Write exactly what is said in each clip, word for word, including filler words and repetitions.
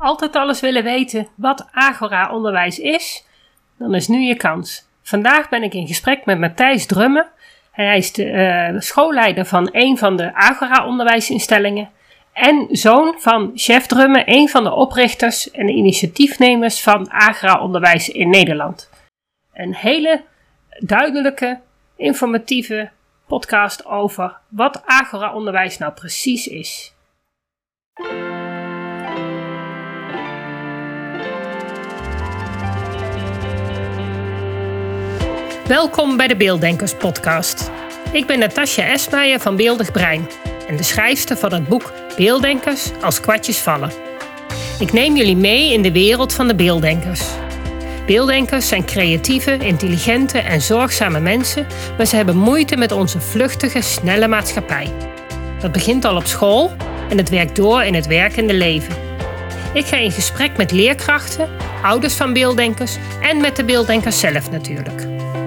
Altijd alles willen weten wat Agora-onderwijs is? Dan is nu je kans. Vandaag ben ik in gesprek met Matthijs Drumme. Hij is de uh, schoolleider van een van de Agora-onderwijsinstellingen en zoon van chef Drumme, een van de oprichters en de initiatiefnemers van Agora-onderwijs in Nederland. Een hele duidelijke, informatieve podcast over wat Agora-onderwijs nou precies is. Welkom bij de Beelddenkers podcast. Ik ben Natasja Esmeijer van Beeldig Brein en de schrijfster van het boek Beelddenkers als kwartjes vallen. Ik neem jullie mee in de wereld van de beelddenkers. Beelddenkers zijn creatieve, intelligente en zorgzame mensen, maar ze hebben moeite met onze vluchtige, snelle maatschappij. Dat begint al op school en het werkt door in het werkende leven. Ik ga in gesprek met leerkrachten, ouders van beelddenkers en met de beelddenkers zelf natuurlijk.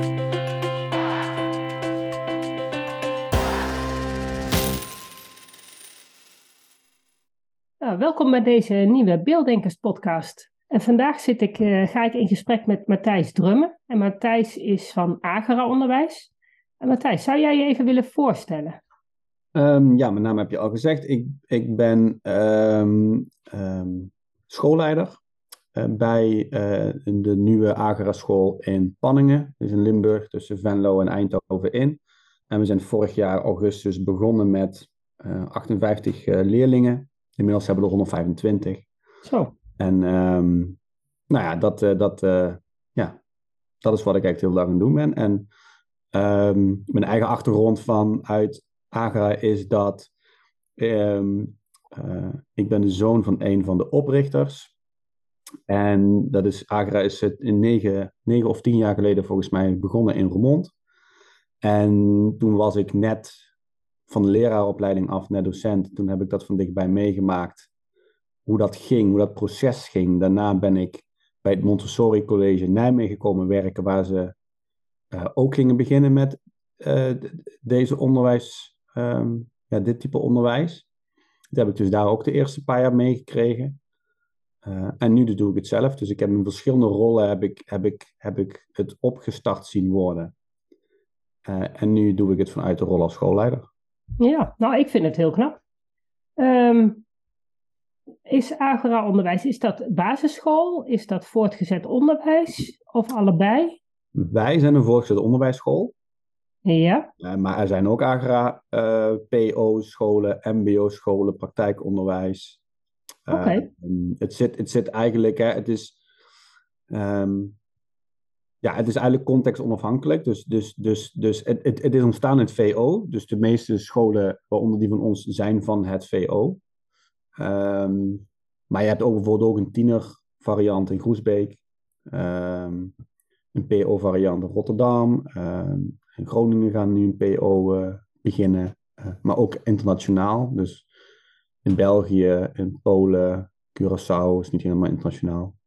Nou, welkom bij deze nieuwe Beelddenkers podcast. En vandaag zit ik, uh, ga ik in gesprek met Matthijs Drumme. En Matthijs is van Agora-onderwijs. En Matthijs, zou jij je even willen voorstellen? Um, ja, mijn naam heb je al gezegd. Ik, ik ben um, um, schoolleider uh, bij uh, de nieuwe Agora-school in Panningen. Dus in Limburg, tussen Venlo en Eindhoven in. En we zijn vorig jaar augustus begonnen met uh, achtenvijftig uh, leerlingen. Inmiddels hebben we er honderdvijfentwintig. Zo. En um, nou ja, dat, uh, dat, uh, ja, dat is wat ik eigenlijk heel lang aan het doen ben. En um, mijn eigen achtergrond vanuit Agora is dat um, uh, ik ben de zoon van een van de oprichters. En dat is, Agora is het in negen, negen of tien jaar geleden volgens mij begonnen in Roermond. En toen was ik net van de leraaropleiding af, net docent. Toen heb ik dat van dichtbij meegemaakt. Hoe dat ging, hoe dat proces ging. Daarna ben ik bij het Montessori College in Nijmegen komen werken, waar ze uh, ook gingen beginnen met uh, d- deze onderwijs, um, ja, dit type onderwijs. Dat heb ik dus daar ook de eerste paar jaar meegekregen. Uh, en nu dus doe ik het zelf. Dus ik heb in verschillende rollen heb ik, heb ik, heb ik het opgestart zien worden. Uh, en nu doe ik het vanuit de rol als schoolleider. Ja, nou ik vind het heel knap. Um, is Agora-onderwijs, is dat basisschool? Is dat voortgezet onderwijs? Of allebei? Wij zijn een voortgezet onderwijsschool. Ja. Uh, maar er zijn ook Agora, uh, P O-scholen, M B O-scholen, praktijkonderwijs. Uh, Oké. Okay. Het zit, het zit eigenlijk, hè, het is, um, ja, het is eigenlijk contextonafhankelijk. Dus, dus, dus, dus het, het, het is ontstaan in het V O. Dus de meeste scholen, waaronder die van ons, zijn van het V O. Um, maar je hebt ook bijvoorbeeld ook een tienervariant in Groesbeek. Um, een P O-variant in Rotterdam. Um, in Groningen gaan nu een P O uh, beginnen. Uh, maar ook internationaal. Dus in België, in Polen, Curaçao is niet helemaal internationaal.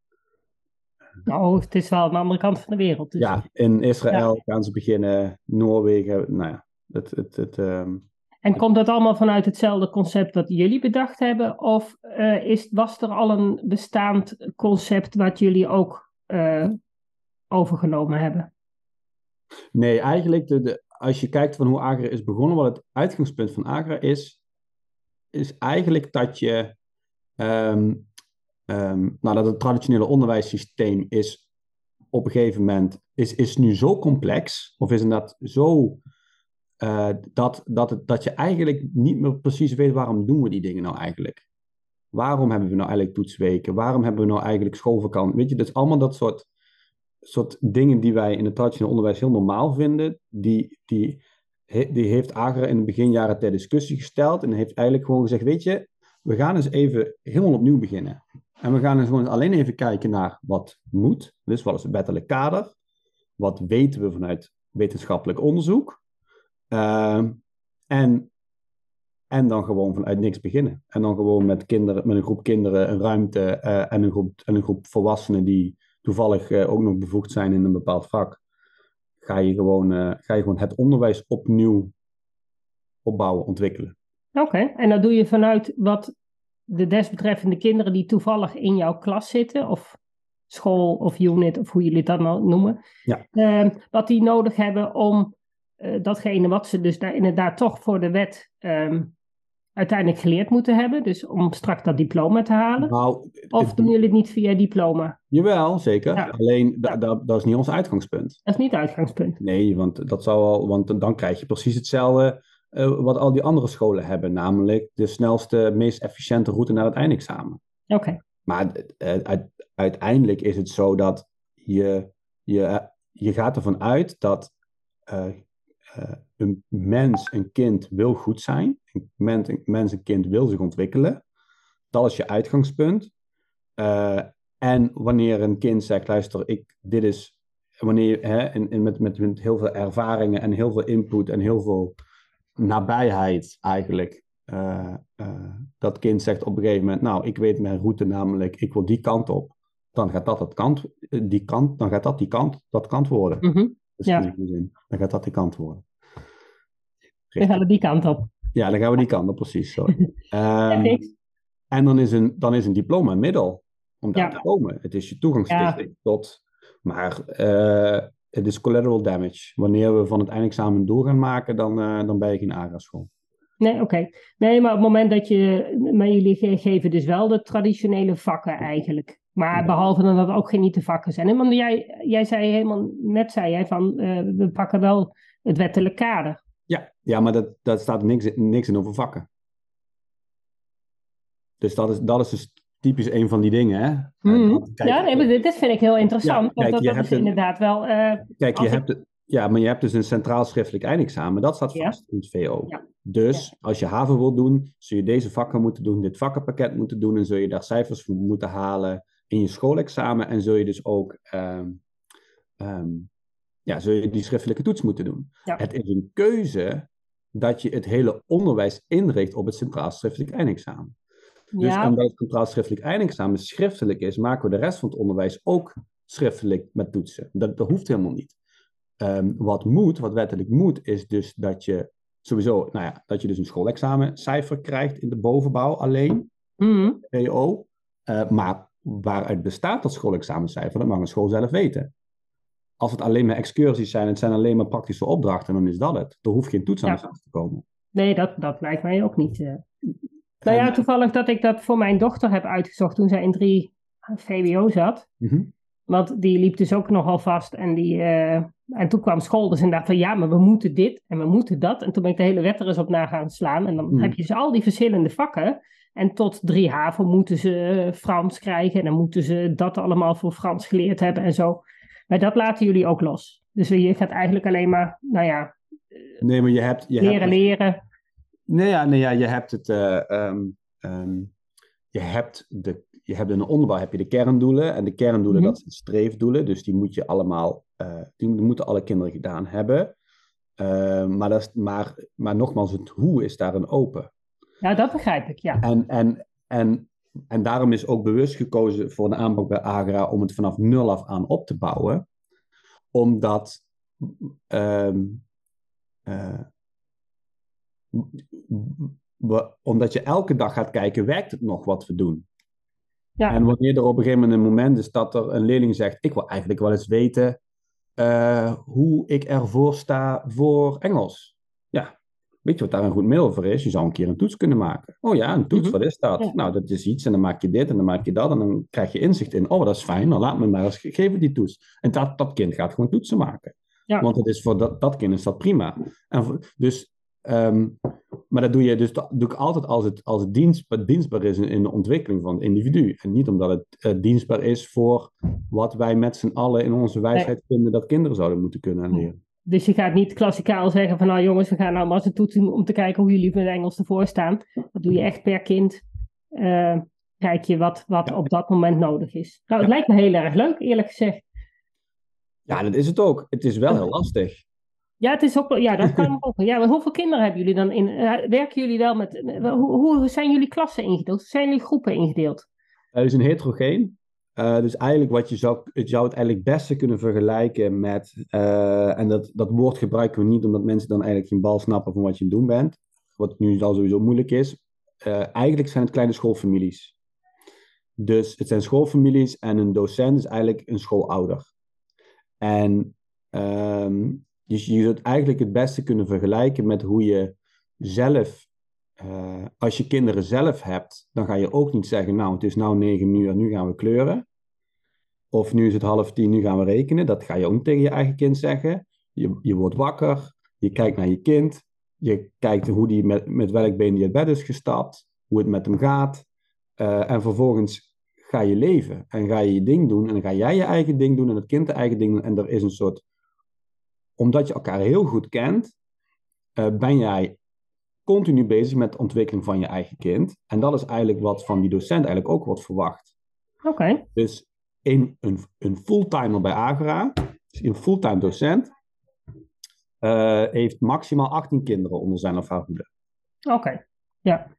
Nou, het is wel aan de andere kant van de wereld. Dus. Ja, in Israël ja. gaan ze beginnen. Noorwegen, nou ja. Het, het, het, um... En komt dat allemaal vanuit hetzelfde concept wat jullie bedacht hebben? Of uh, is, was er al een bestaand concept wat jullie ook uh, overgenomen hebben? Nee, eigenlijk, de, de, als je kijkt van hoe Agora is begonnen, wat het uitgangspunt van Agora is, is eigenlijk dat je, um, um, nou dat het traditionele onderwijssysteem is op een gegeven moment, is, is nu zo complex, of is inderdaad zo, uh, dat, dat, het, dat je eigenlijk niet meer precies weet waarom doen we die dingen nou eigenlijk. Waarom hebben we nou eigenlijk toetsweken? Waarom hebben we nou eigenlijk schoolvakantie? Weet je, dat is allemaal dat soort... soort dingen die wij in het traditioneel onderwijs heel normaal vinden, die, die, die heeft Agora in de beginjaren ter discussie gesteld en heeft eigenlijk gewoon gezegd, weet je, we gaan eens even helemaal opnieuw beginnen. En we gaan eens gewoon alleen even kijken naar wat moet, dus wat is het wettelijk kader, wat weten we vanuit wetenschappelijk onderzoek, uh, en, en dan gewoon vanuit niks beginnen. En dan gewoon met, kinderen, met een groep kinderen een ruimte uh, en, een groep, en een groep volwassenen die toevallig uh, ook nog bevoegd zijn in een bepaald vak, ga je gewoon, uh, ga je gewoon het onderwijs opnieuw opbouwen, ontwikkelen. Oké, okay. En dat doe je vanuit wat de desbetreffende kinderen die toevallig in jouw klas zitten, of school of unit, of hoe jullie het dan nou noemen, Ja. uh, wat die nodig hebben om uh, datgene wat ze dus daar inderdaad toch voor de wet um, uiteindelijk geleerd moeten hebben, dus om straks dat diploma te halen? Nou, of het, doen jullie het niet via diploma? Jawel, zeker. Ja. Alleen, da, Ja. da, dat is niet ons uitgangspunt. Dat is niet het uitgangspunt. Nee, want, dat zou al, want dan krijg je precies hetzelfde uh, wat al die andere scholen hebben. Namelijk de snelste, meest efficiënte route naar het eindexamen. Oké. Okay. Maar uh, uit, uiteindelijk is het zo dat je, je, uh, je gaat ervan uit dat uh, uh, een mens, een kind wil goed zijn. Een mens, een mens, een kind wil zich ontwikkelen. Dat is je uitgangspunt. Uh, en wanneer een kind zegt, luister, ik, dit is... Wanneer hè, in, in, met, met, met heel veel ervaringen en heel veel input en heel veel nabijheid eigenlijk... Uh, uh, dat kind zegt op een gegeven moment, nou, ik weet mijn route namelijk, ik wil die kant op. Dan gaat dat, het kant, die kant, dan gaat dat die kant, dat kant worden. Mm-hmm. Dus ja. zin, dan gaat dat die kant worden. Dan gaan we die kant op. Ja, dan gaan we die kant op, precies. Zo. um, en dan is, een, dan is een diploma een middel om daar ja. te komen. Het is je toegangsdichting ja. tot... Maar uh, het is collateral damage. Wanneer we van het eindexamen door gaan maken, dan, uh, dan ben je geen AGRA-school. Nee, oké. Okay. Nee, maar op het moment dat je... Maar jullie geven dus wel de traditionele vakken eigenlijk. Maar ja. behalve dan dat ook geen niet de vakken zijn. Want jij, jij zei helemaal... Net zei jij van... Uh, we pakken wel het wettelijk kader. Ja, ja maar dat, dat staat niks, niks in over vakken. Dus dat is, dat is dus typisch een van die dingen, hè? Mm-hmm. Kijk, ja, nee, maar dit vind ik heel interessant. Ja, kijk, want dat, dat is een, inderdaad wel... Uh, kijk, je ik... hebt... Ja, maar je hebt dus een centraal schriftelijk eindexamen. Dat staat vast ja. in het V O. Ja. Dus ja. als je HAVO wilt doen, zul je deze vakken moeten doen, dit vakkenpakket moeten doen en zul je daar cijfers voor moeten halen in je schoolexamen en zul je dus ook um, um, ja, zul je die schriftelijke toets moeten doen. Ja. Het is een keuze dat je het hele onderwijs inricht op het centraal schriftelijk eindexamen. Dus ja. omdat het centraal schriftelijk eindexamen schriftelijk is, maken we de rest van het onderwijs ook schriftelijk met toetsen. Dat, dat hoeft helemaal niet. Um, wat moet, wat wettelijk moet, is dus dat je sowieso, nou ja, dat je dus een schoolexamencijfer krijgt in de bovenbouw alleen, mm-hmm. V O. Uh, maar waaruit bestaat dat schoolexamencijfer, dat mag een school zelf weten. Als het alleen maar excursies zijn, het zijn alleen maar praktische opdrachten, dan is dat het. Er hoeft geen toets aan ja. te komen. Nee, dat, dat lijkt mij ook niet. Uh... Nou ja, toevallig dat ik dat voor mijn dochter heb uitgezocht toen zij in drie V W O zat. Mm-hmm. Want die liep dus ook nogal vast. En, die, uh, en toen kwam school dus en dacht van ja, maar we moeten dit en we moeten dat. En toen ben ik de hele wet er eens op na gaan slaan. En dan mm. heb je dus al die verschillende vakken. En tot drie HAVO moeten ze Frans krijgen. En dan moeten ze dat allemaal voor Frans geleerd hebben en zo. Maar dat laten jullie ook los. Dus je gaat eigenlijk alleen maar, nou ja, nee, maar je hebt, je leren hebt, leren. Nee, ja, nee, ja, je hebt het... Uh, um, um, je hebt de... Je hebt in de onderbouw heb je de kerndoelen. En de kerndoelen, mm-hmm. dat zijn streefdoelen. Dus die moet je allemaal, uh, die moeten alle kinderen gedaan hebben. Uh, maar, dat is, maar, maar nogmaals, het hoe is daarin open. Ja, dat begrijp ik, ja. En, en, en, en daarom is ook bewust gekozen voor een aanpak bij AGRA om het vanaf nul af aan op te bouwen. Omdat... Um, uh, we, omdat je elke dag gaat kijken, werkt het nog wat we doen? Ja. En wanneer er op een gegeven moment een moment is dat er een leerling zegt, ik wil eigenlijk wel eens weten uh, hoe ik ervoor sta voor Engels. Ja, weet je wat daar een goed middel voor is? Je zou een keer een toets kunnen maken. Oh ja, een toets, mm-hmm. wat is dat? Ja. Nou, dat is iets en dan maak je dit en dan maak je dat en dan krijg je inzicht in. Oh, dat is fijn, dan laat me maar eens geven die toets. En dat, dat kind gaat gewoon toetsen maken. Ja. Want het is voor dat, dat kind is dat prima. En voor, dus... Um, maar dat doe je dus dat doe ik altijd als het, als het dienstbaar, dienstbaar is in, in de ontwikkeling van het individu. En niet omdat het uh, dienstbaar is voor wat wij met z'n allen in onze wijsheid nee. vinden dat kinderen zouden moeten kunnen leren. Dus je gaat niet klassikaal zeggen van nou jongens, we gaan nou maar eens een toets doen om te kijken hoe jullie met Engels ervoor staan. Dat doe je echt per kind. Uh, kijk je wat, wat ja. op dat moment nodig is. Nou, het ja. lijkt me heel erg leuk, eerlijk gezegd. Ja, dat is het ook. Het is wel heel lastig. Ja, het is ook, ja, dat kan ook. Ja, maar hoeveel kinderen hebben jullie dan in? Uh, werken jullie wel met... Uh, hoe, hoe zijn jullie klassen ingedeeld? Zijn jullie groepen ingedeeld? Het is een heterogeen. Uh, dus eigenlijk wat je zou... Je zou het eigenlijk het beste kunnen vergelijken met... Uh, en dat, dat woord gebruiken we niet omdat mensen dan eigenlijk geen bal snappen van wat je aan het doen bent. Wat nu al sowieso moeilijk is. uh, eigenlijk zijn het kleine schoolfamilies. Dus het zijn schoolfamilies en een docent is eigenlijk een schoolouder. En um, dus je zou het eigenlijk het beste kunnen vergelijken met hoe je zelf, uh, als je kinderen zelf hebt, dan ga je ook niet zeggen, nou het is nou negen uur, nu gaan we kleuren. Of nu is het half tien, nu gaan we rekenen. Dat ga je ook niet tegen je eigen kind zeggen. Je, je wordt wakker, je kijkt naar je kind, je kijkt hoe die met, met welk been die het bed is gestapt, hoe het met hem gaat. Uh, en vervolgens ga je leven en ga je je ding doen en dan ga jij je eigen ding doen en het kind de eigen ding doen. En er is een soort, omdat je elkaar heel goed kent, uh, ben jij continu bezig met de ontwikkeling van je eigen kind. En dat is eigenlijk wat van die docent eigenlijk ook wordt verwacht. Oké. Okay. Dus een, een, een fulltimer bij Agora, dus een fulltime docent, uh, heeft maximaal achttien kinderen onder zijn of haar hoede. Oké, okay. Ja.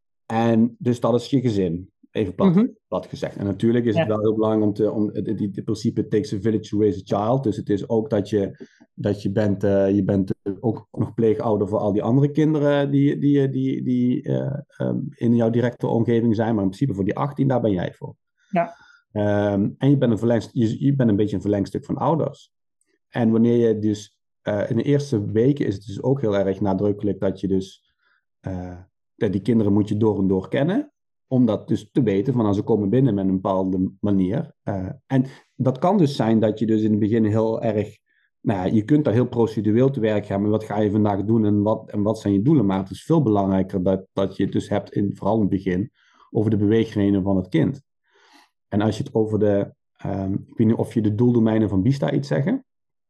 En dus dat is je gezin, even plat, mm-hmm. plat gezegd. En natuurlijk is ja. het wel heel belangrijk om te, om het, het principe it takes a village to raise a child. Dus het is ook dat je, dat je bent, uh, je bent ook nog pleegouder voor al die andere kinderen die, die, die, die uh, um, in jouw directe omgeving zijn. Maar in principe voor die achttien, daar ben jij voor. Ja. Um, en je bent, een verlengst, je, je bent een beetje een verlengstuk van ouders. En wanneer je dus, uh, in de eerste weken is het dus ook heel erg nadrukkelijk dat je dus, uh, dat die kinderen moet je door en door kennen. Om dat dus te weten, van als ze komen binnen met een bepaalde manier. Uh, en dat kan dus zijn dat je dus in het begin heel erg, nou ja, je kunt daar heel procedureel te werk gaan, maar wat ga je vandaag doen en wat, en wat zijn je doelen? Maar het is veel belangrijker dat, dat je het dus hebt, in, vooral in het begin, over de beweegredenen van het kind. En als je het over de, um, ik weet niet of je de doeldomeinen van BISTA iets zeggen?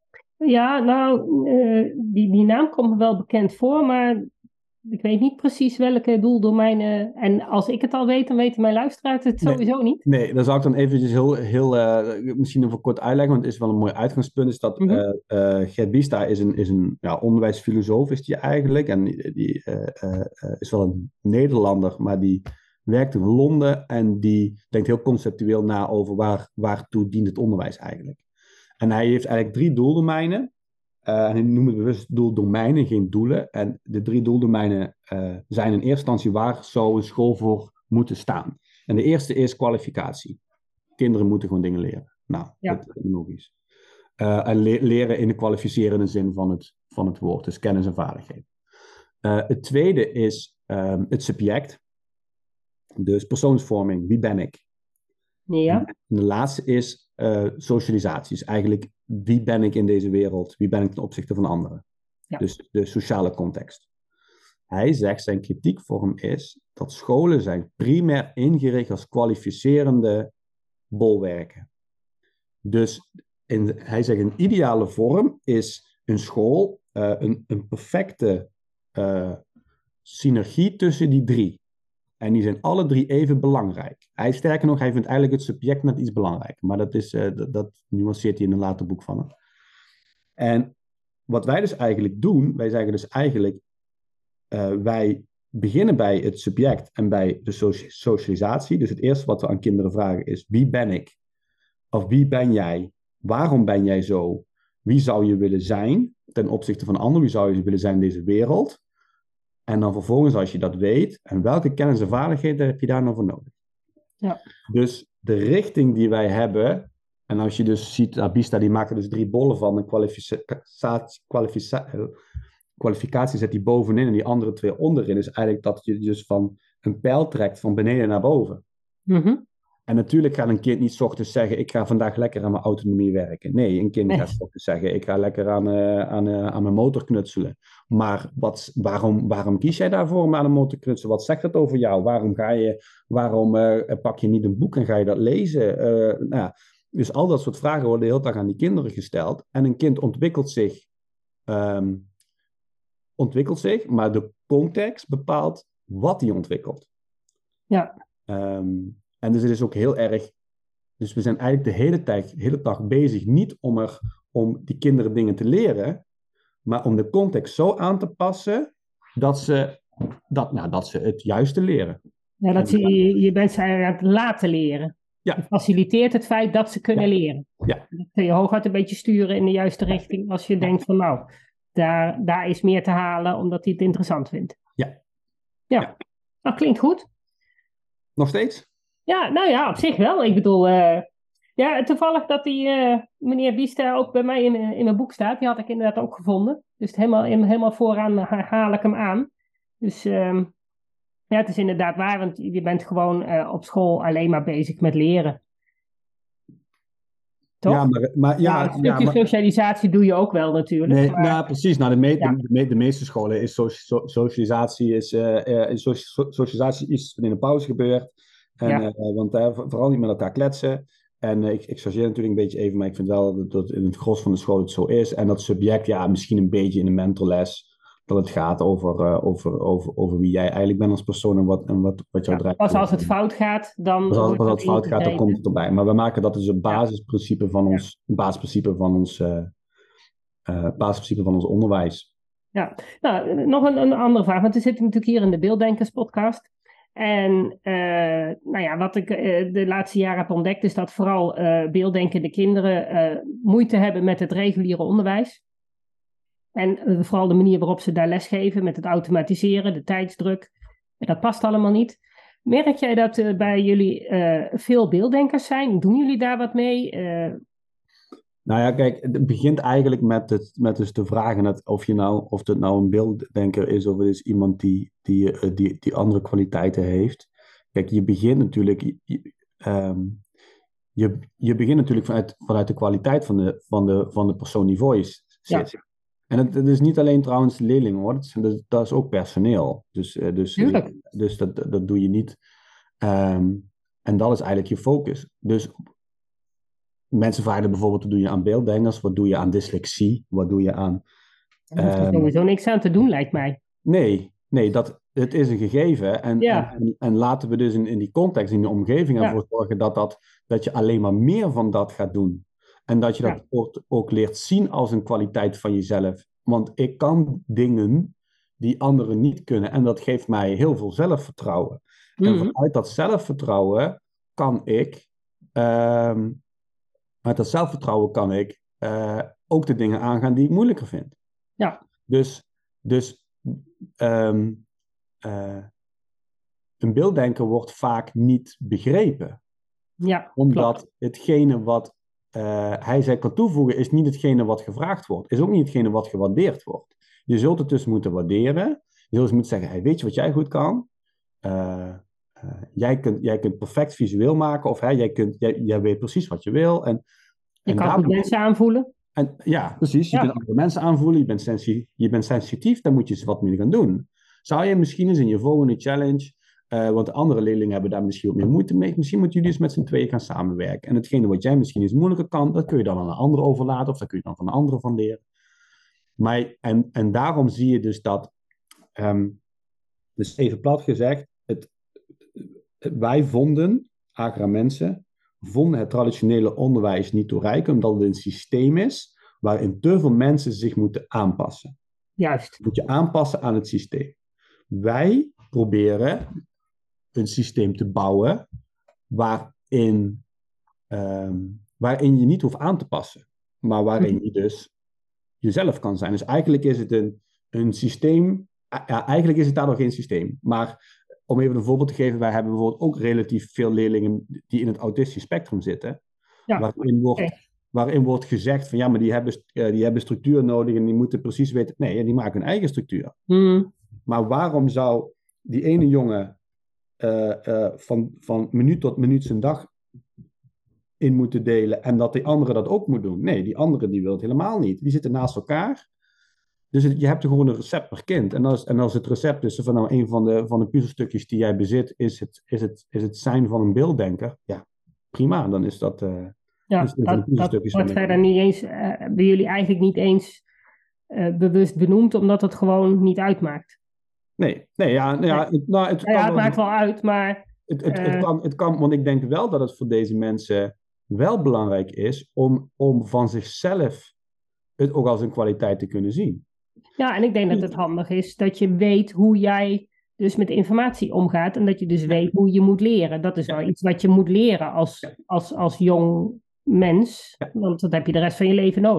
Ja, nou, uh, die, die naam komt me wel bekend voor, maar ik weet niet precies welke doeldomeinen. En als ik het al weet, dan weten mijn luisteraars het sowieso nee, niet. Nee, dan zou ik dan eventjes heel, heel uh, misschien even kort uitleggen, want het is wel een mooi uitgangspunt. Is dat mm-hmm. uh, uh, Gert BISTA is een, is een ja, onderwijsfilosoof, is die eigenlijk. En die, die uh, uh, is wel een Nederlander, maar die werkt in Londen en die denkt heel conceptueel na over waar, waartoe dient het onderwijs eigenlijk. En hij heeft eigenlijk drie doeldomeinen. Uh, en hij noemt het bewust doeldomeinen, geen doelen. En de drie doeldomeinen uh, zijn in eerste instantie waar zou een school voor moeten staan. En de eerste is kwalificatie. Kinderen moeten gewoon dingen leren. Nou, ja. Dat is logisch. Uh, en le- leren in de kwalificerende zin van het, van het woord, dus kennis en vaardigheden. Uh, het tweede is um, het subject. Dus persoonsvorming, wie ben ik? Ja. En de laatste is uh, socialisatie. Dus eigenlijk, wie ben ik in deze wereld? Wie ben ik ten opzichte van anderen? Ja. Dus de sociale context. Hij zegt, zijn kritiek voor hem is dat scholen zijn primair ingericht als kwalificerende bolwerken. Dus in, hij zegt, een ideale vorm is een school uh, een, een perfecte uh, synergie tussen die drie. En die zijn alle drie even belangrijk. Hij, sterker nog, hij vindt eigenlijk het subject net iets belangrijker. Maar dat, is, uh, dat, dat nuanceert hij in een later boek van hem. En wat wij dus eigenlijk doen, wij zeggen dus eigenlijk, uh, wij beginnen bij het subject en bij de so- socialisatie. Dus het eerste wat we aan kinderen vragen is, wie ben ik? Of wie ben jij? Waarom ben jij zo? Wie zou je willen zijn ten opzichte van anderen? Wie zou je willen zijn in deze wereld? En dan vervolgens, als je dat weet, en welke kennis en vaardigheden heb je daar nou voor nodig? Ja. Dus de richting die wij hebben, en als je dus ziet, Abista die maakt er dus drie bollen van, een kwalificatie, kwalificatie, kwalificatie zet die bovenin en die andere twee onderin, is eigenlijk dat je dus van een pijl trekt van beneden naar boven. Mm-hmm. En natuurlijk gaat een kind niet 's ochtends zeggen, ik ga vandaag lekker aan mijn autonomie werken. Nee, een kind nee. gaat 's ochtends zeggen, ik ga lekker aan, uh, aan, uh, aan mijn motor knutselen. Maar wat, waarom, waarom kies jij daarvoor om aan een motor te knutselen? Wat zegt dat over jou? Waarom, ga je, waarom uh, pak je niet een boek en ga je dat lezen? Uh, nou, dus al dat soort vragen worden de hele dag aan die kinderen gesteld. En een kind ontwikkelt zich, um, ontwikkelt zich, maar de context bepaalt wat hij ontwikkelt. Ja. Um, En dus het is ook heel erg, dus we zijn eigenlijk de hele tijd, de hele dag bezig, niet om, er, om die kinderen dingen te leren, maar om de context zo aan te passen, dat ze, dat, nou, dat ze het juiste leren. Ja, dat je, je bent ze aan het laten leren. Ja. Je faciliteert het feit dat ze kunnen ja. leren. Ja. Dat kun je hooguit een beetje sturen in de juiste richting, als je denkt van nou, daar, daar is meer te halen, omdat hij het interessant vindt. Ja. Ja. ja. Dat klinkt goed. Nog steeds? Ja, nou ja, op zich wel. Ik bedoel, uh, ja, toevallig dat die uh, meneer Biesta ook bij mij in, in mijn boek staat. Die had ik inderdaad ook gevonden. Dus helemaal, helemaal vooraan haal ik hem aan. Dus um, ja, het is inderdaad waar, want je bent gewoon uh, op school alleen maar bezig met leren. Toch? Ja, maar, maar, ja, ja, een stukje ja, maar, socialisatie doe je ook wel natuurlijk. Nee, maar... nou, precies. Nou, de, me, ja. de, de, de meeste scholen is so, so, socialisatie is, uh, uh, so, so, socialisatie is in de pauze gebeurd. En, ja. uh, want uh, vooral niet met elkaar kletsen. En uh, ik, ik chargeer natuurlijk een beetje even, maar ik vind wel dat, dat in het gros van de school het zo is. En dat subject, ja, misschien een beetje in de mentorles, dat het gaat over, uh, over, over, over wie jij eigenlijk bent als persoon en wat, en wat, wat jouw ja, drijft. Pas als het fout gaat, dan. Pas als, pas als het fout gaat, dan komt het erbij. Maar we maken dat dus het basisprincipe van ons, ja. basisprincipe van ons, uh, uh, basisprincipe van ons onderwijs. Ja, nou, nog een, een andere vraag, want we zitten natuurlijk hier in de Beelddenkers podcast. En uh, nou ja, wat ik uh, de laatste jaren heb ontdekt, is dat vooral uh, beelddenkende kinderen uh, moeite hebben met het reguliere onderwijs. En uh, vooral de manier waarop ze daar lesgeven, met het automatiseren, de tijdsdruk. Dat past allemaal niet. Merk jij dat er bij jullie uh, veel beelddenkers zijn? Doen jullie daar wat mee? Uh... Nou ja, kijk, het begint eigenlijk met, het, met dus de vraag dat of, je nou, of het nou een beelddenker is of het is iemand die, die, die, die andere kwaliteiten heeft. Kijk, je begint natuurlijk, je, um, je, je begint natuurlijk vanuit, vanuit de kwaliteit van de, van, de, van de persoon die voor je zit. Ja. En het, het is niet alleen trouwens leerlingen hoor, dat is, dat is ook personeel. Dus, dus, dus, dus dat, dat doe je niet. Um, en dat is eigenlijk je focus. Dus mensen vragen bijvoorbeeld, wat doe je aan beelddenkers? Wat doe je aan dyslexie? Wat doe je aan... Er hoeft er sowieso niks aan te doen, lijkt mij. Nee, nee dat, het is een gegeven. En, ja. en, en laten we dus in, in die context, in de omgeving ervoor ja. zorgen dat, dat, dat je alleen maar meer van dat gaat doen. En dat je dat ja. ook, ook leert zien als een kwaliteit van jezelf. Want ik kan dingen die anderen niet kunnen. En dat geeft mij heel veel zelfvertrouwen. Mm-hmm. En vanuit dat zelfvertrouwen kan ik... Um, Met dat zelfvertrouwen kan ik uh, ook de dingen aangaan die ik moeilijker vind. Ja. Dus, dus um, uh, een beelddenker wordt vaak niet begrepen. Ja, omdat klopt. hetgene wat uh, hij zij kan toevoegen is niet hetgene wat gevraagd wordt. Is ook niet hetgene wat gewaardeerd wordt. Je zult het dus moeten waarderen. Je zult dus moeten zeggen, hey, weet je wat jij goed kan? Uh, Uh, jij, kunt, jij kunt perfect visueel maken, of hè, jij, kunt, jij, jij weet precies wat je wil. En, je en kan goed mensen aanvoelen. En, ja, precies. Je ja. kunt andere mensen aanvoelen, je bent, sensi- je bent sensitief, daar moet je eens wat mee gaan doen. Zou je misschien eens in je volgende challenge, uh, want de andere leerlingen hebben daar misschien ook meer moeite mee, misschien moeten jullie eens met z'n tweeën gaan samenwerken. En hetgene wat jij misschien eens moeilijker kan, dat kun je dan aan een ander overlaten, of daar kun je dan van een andere van leren. Maar, en, en daarom zie je dus dat, um, dus even plat gezegd, het wij vonden, Agra mensen, vonden het traditionele onderwijs niet toereikend, omdat het een systeem is waarin te veel mensen zich moeten aanpassen. Juist. Je moet je aanpassen aan het systeem. Wij proberen een systeem te bouwen waarin, um, waarin je niet hoeft aan te passen, maar waarin je dus jezelf kan zijn. Dus eigenlijk is het een, een systeem, ja, eigenlijk is het daar nog geen systeem, maar om even een voorbeeld te geven, wij hebben bijvoorbeeld ook relatief veel leerlingen die in het autistisch spectrum zitten. Ja. Waarin, wordt, okay. waarin wordt gezegd van ja, maar die hebben, uh, die hebben structuur nodig en die moeten precies weten. Nee, die maken hun eigen structuur. Mm. Maar waarom zou die ene jongen uh, uh, van, van minuut tot minuut zijn dag in moeten delen en dat die andere dat ook moet doen? Nee, die andere die wil het helemaal niet. Die zitten naast elkaar. Dus het, je hebt er gewoon een recept per kind. En als, en als het recept is van nou een van de, van de puzzelstukjes die jij bezit, is het, is, het, is het zijn van een beelddenker. Ja, prima. Dan is dat... Uh, ja, is dat, dat wordt verder niet eens, uh, bij jullie eigenlijk niet eens uh, bewust benoemd, omdat het gewoon niet uitmaakt. Nee, nee, ja, nou ja, het, nou, het, ja, kan het maakt wel uit, maar... Het, het, uh, het, kan, het kan, want ik denk wel dat het voor deze mensen wel belangrijk is om, om van zichzelf het ook als een kwaliteit te kunnen zien. Ja, en ik denk dat het handig is dat je weet hoe jij dus met informatie omgaat en dat je dus weet hoe je moet leren. Dat is wel iets wat je moet leren als, als, als jong mens, want dat heb je de rest van je leven nodig.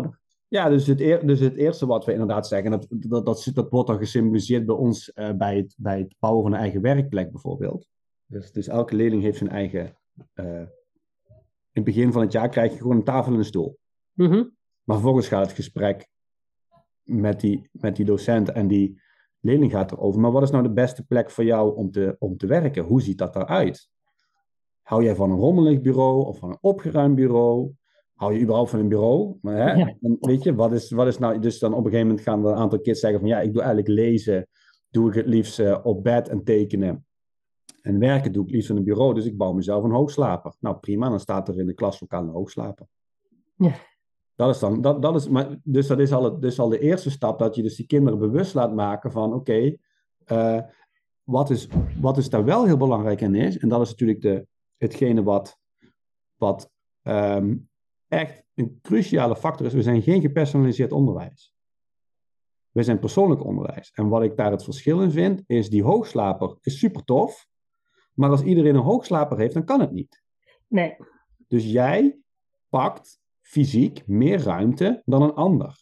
Ja, dus het, eer, dus het eerste wat we inderdaad zeggen, dat, dat, dat, zit- dat wordt dan gesymboliseerd bij ons uh, bij, het, bij het bouwen van een eigen werkplek bijvoorbeeld. Dus, dus elke leerling heeft zijn eigen... Uh, in het begin van het jaar krijg je gewoon een tafel en een stoel. Mm-hmm. Maar vervolgens gaat het gesprek met die, met die docent en die leerling gaat erover. Maar wat is nou de beste plek voor jou om te, om te werken? Hoe ziet dat eruit? Hou jij van een rommelig bureau of van een opgeruimd bureau? Hou je überhaupt van een bureau? Maar, hè? Ja. En, weet je, wat is, wat is nou... Dus dan op een gegeven moment gaan er een aantal kids zeggen van... Ja, ik doe eigenlijk lezen, doe ik het liefst uh, op bed en tekenen. En werken doe ik liefst aan een bureau, dus ik bouw mezelf een hoogslaper. Nou prima, dan staat er in de klaslokaal een hoogslaper. Ja. Dat is dan, dat, dat is, maar, dus dat is al, het, dus al de eerste stap, dat je dus die kinderen bewust laat maken van, oké, okay, uh, wat, is, wat is daar wel heel belangrijk in is, en dat is natuurlijk de, hetgene wat, wat um, echt een cruciale factor is, we zijn geen gepersonaliseerd onderwijs. We zijn persoonlijk onderwijs. En wat ik daar het verschil in vind, is die hoogslaper is super tof, maar als iedereen een hoogslaper heeft, dan kan het niet. Nee. Dus jij pakt fysiek meer ruimte dan een ander.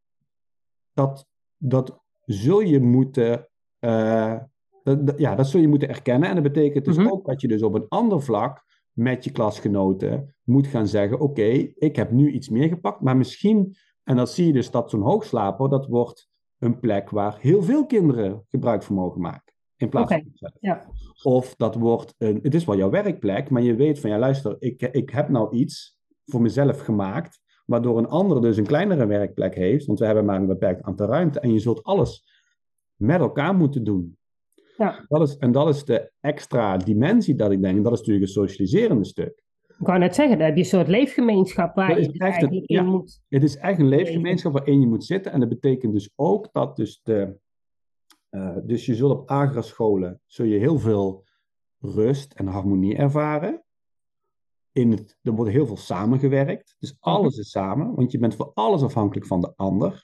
Dat, dat zul je moeten, uh, dat, dat, ja, dat zul je moeten erkennen. En dat betekent dus mm-hmm. ook dat je dus op een ander vlak met je klasgenoten moet gaan zeggen, oké, okay, ik heb nu iets meer gepakt, maar misschien, en dat zie je dus dat zo'n hoogslaper, dat wordt een plek waar heel veel kinderen gebruik van mogen maken. In plaats okay. van zelf. Ja. Of dat wordt een, het is wel jouw werkplek, maar je weet van, ja luister, ik, ik heb nou iets voor mezelf gemaakt, waardoor een ander dus een kleinere werkplek heeft, want we hebben maar een beperkt aantal ruimte en je zult alles met elkaar moeten doen. Ja. Dat is, en dat is de extra dimensie dat ik denk, dat is natuurlijk het socialiserende stuk. Ik wou net zeggen, dat heb je een soort leefgemeenschap waar je dus eigenlijk een, in ja, moet... Het is echt een leefgemeenschap waarin je moet zitten en dat betekent dus ook dat dus de... Uh, dus je zult op Agra-scholen zul je heel veel rust en harmonie ervaren. In het, er wordt heel veel samengewerkt. Dus alles is samen, want je bent voor alles afhankelijk van de ander.